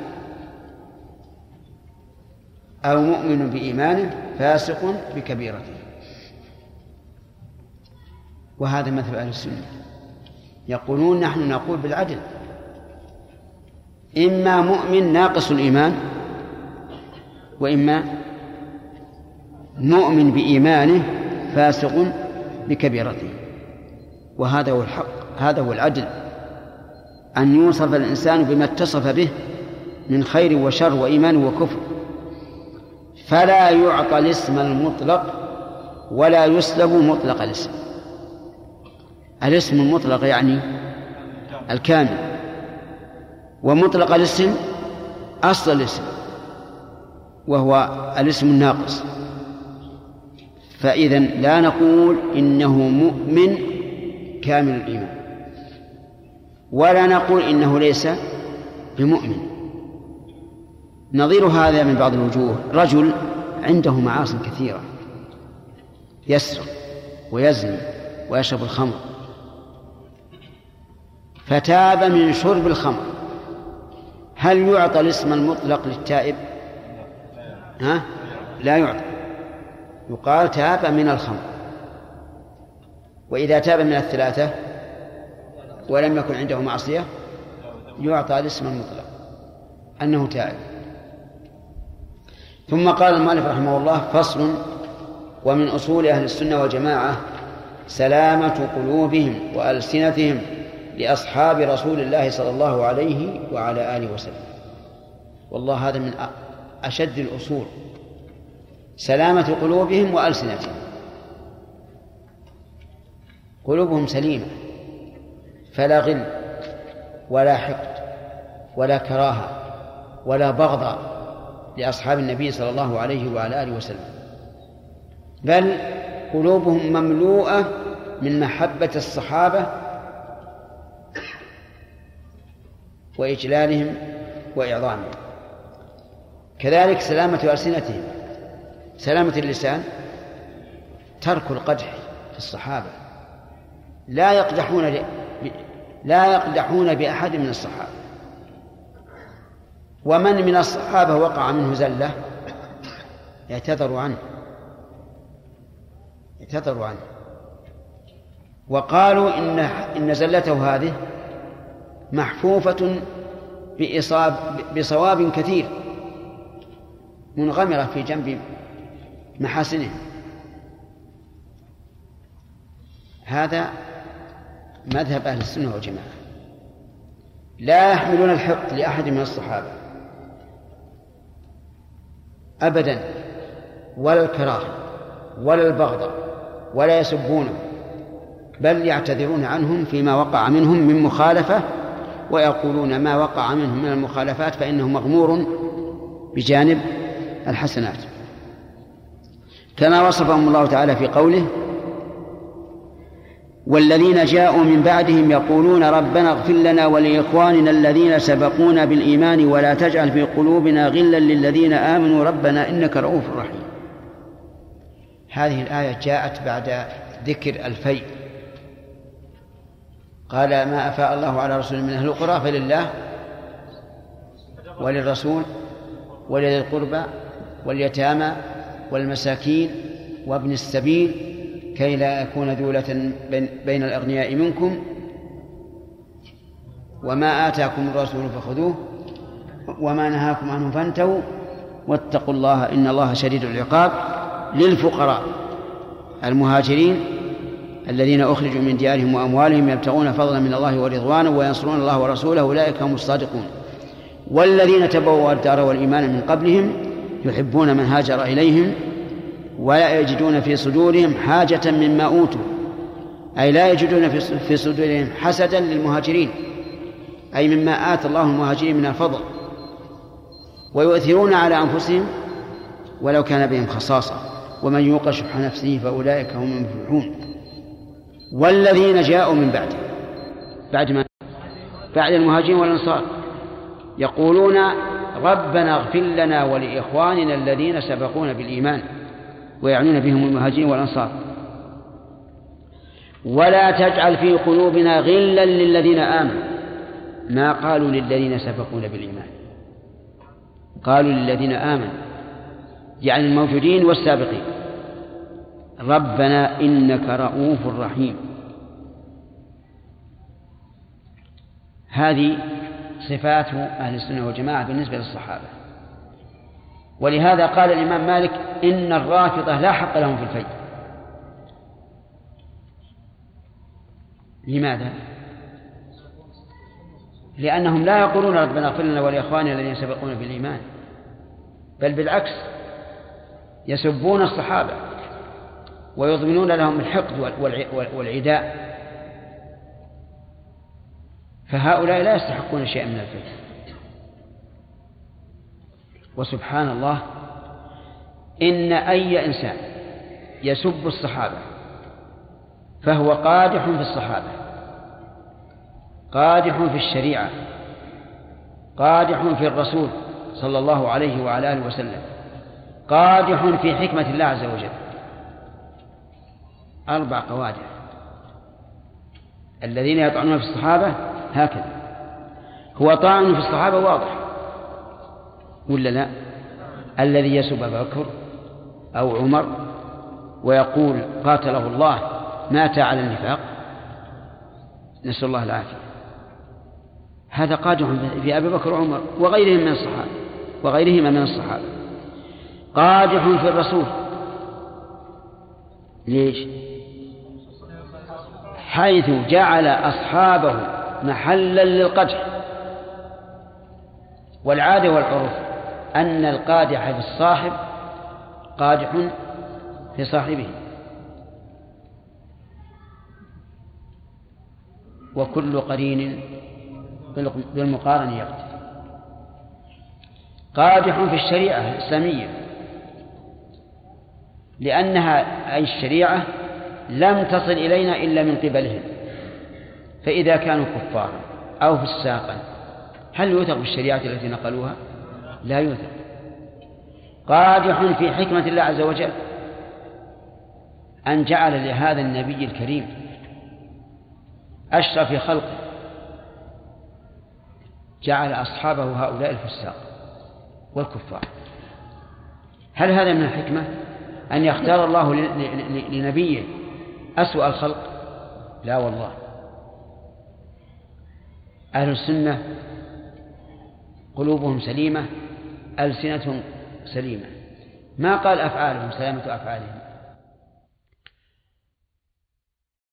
أو مؤمن بإيمانه فاسق بكبيرته. وهذا مثل أهل السنة، يقولون نحن نقول بالعدل، إما مؤمن ناقص الإيمان، وإما مؤمن بإيمانه فاسق بكبيرته. وهذا هو الحق، هذا هو العدل، أن يوصف الإنسان بما اتصف به من خير وشر وإيمان وكفر، فلا يعطى الاسم المطلق ولا يسلب مطلق الاسم. الاسم المطلق يعني الكامل، ومطلق الاسم أصل الاسم وهو الاسم الناقص. فإذن لا نقول إنه مؤمن كامل الإيمان، ولا نقول إنه ليس بمؤمن. نظير هذا من بعض الوجوه: رجل عنده معاصي كثيرة، يسرق ويزني ويشرب الخمر، فتاب من شرب الخمر، هل يعطى الاسم المطلق للتائب؟ لا يعطى، يقال تاب من الخمر. وإذا تاب من الثلاثة ولم يكن عنده معصية يعطى الاسم المطلق أنه تائب. ثم قال المؤلف رحمه الله: فصل: ومن أصول أهل السنة والجماعة سلامة قلوبهم وألسنتهم لأصحاب رسول الله صلى الله عليه وعلى آله وسلم. والله هذا من أشد الأصول، سلامة قلوبهم وألسنتهم. قلوبهم سليمة، فلا غل ولا حقد ولا كراهة ولا بغض لأصحاب النبي صلى الله عليه وعلى آله وسلم، بل قلوبهم مملوءة من محبة الصحابة وإجلالهم وإعظامهم. كذلك سلامة ألسنتهم. سلامة اللسان ترك القدح في الصحابة، لا يقدحون بأحد من الصحابة، ومن من الصحابة وقع منه زلة يعتذر عنه، وقالوا إن زلته هذه محفوفة بصواب كثير منغمرة في جنب محاسنه. هذا مذهب أهل السنة والجماعة، لا يحملون الحقد لأحد من الصحابة أبدا، ولا الكراهة ولا البغض، ولا يسبونه، بل يعتذرون عنهم فيما وقع منهم من مخالفة، ويقولون ما وقع منهم من المخالفات فإنه مغمور بجانب الحسنات، كما وصفهم الله تعالى في قوله: والذين جاءوا من بعدهم يقولون ربنا اغفر لنا ولإخواننا الذين سبقونا بالإيمان ولا تجعل في قلوبنا غلا للذين آمنوا ربنا إنك رؤوف رحيم. هذه الآية جاءت بعد ذكر الفيء، قال: ما أفاء الله على رسول من أهل القرى فلله وللرسول ولذي القربى واليتامى والمساكين وابن السبيل كي لا يكون دولة بين الأغنياء منكم، وما آتاكم الرسول فخذوه وما نهاكم عنه فانتهوا واتقوا الله إن الله شديد العقاب. للفقراء المهاجرين الذين أخرجوا من ديارهم وأموالهم يبتغون فضلا من الله ورضوانه وينصرون الله ورسوله أولئك هم الصادقون. والذين تبوأوا الدار والإيمان من قبلهم يحبون من هاجر إليهم ولا يجدون في صدورهم حاجة مما أوتوا، أي لا يجدون في صدورهم حسدا للمهاجرين، أي مما آتى الله المهاجرين من الفضل، ويؤثرون على أنفسهم ولو كان بهم خصاصة ومن يوق شح نفسه فأولئك هم المفلحون. والذين جاءوا من بعد المهاجرين والأنصار يقولون ربنا اغفر لنا ولإخواننا الذين سبقونا بالإيمان، ويعنون بهم المهاجرين والأنصار، ولا تجعل في قلوبنا غلا للذين آمنوا. ما قالوا للذين سبقونا بالإيمان، قالوا للذين آمنوا يعني الموجودين والسابقين. ربنا إنك رؤوف رحيم. هذه صفات أهل السنة والجماعة بالنسبة للصحابة. ولهذا قال الإمام مالك إن الرافضة لا حق لهم في الفيء. لماذا؟ لأنهم لا يقولون ربنا اغفر لنا ولإخواننا الذين سبقونا بالإيمان، بل بالعكس يسبون الصحابة ويضمنون لهم الحقد والعداء، فهؤلاء لا يستحقون شيئا من الفتن. وسبحان الله، إن أي إنسان يسب الصحابة فهو قادح في الصحابة، قادح في الشريعة، قادح في الرسول صلى الله عليه وعلى آله وسلم، قادح في حكمة الله عز وجل. 4 قوادح. الذين يطعنون في الصحابة هكذا. هو طعن في الصحابة واضح ولا لا؟ الذي يسب أبا بكر أو عمر ويقول قاتله الله مات على النفاق، نسأل الله العافية، هذا قادح في أبي بكر وعمر وغيرهما من الصحابة. قادح في الرسول. ليش؟ حيث جعل أصحابه محلا للقدح. والعادة والعرف أن القادح في الصاحب قادح في صاحبه، وكل قرين بالمقارن يقتل. قادح في الشريعة الإسلامية، لأنها أي الشريعة لم تصل إلينا إلا من قبلهم، فإذا كانوا كفارا أو فساقا هل يوثق بالشريعة التي نقلوها؟ لا يوثق. قادح في حكمة الله عز وجل أن جعل لهذا النبي الكريم أشرف خلقه جعل أصحابه هؤلاء الفساق والكفار. هل هذا من الحكمة أن يختار الله لنبيه أسوأ الخلق؟ لا والله. أهل السنة قلوبهم سليمة، ألسنتهم سليمة، ما قال أفعالهم سلامة أفعالهم،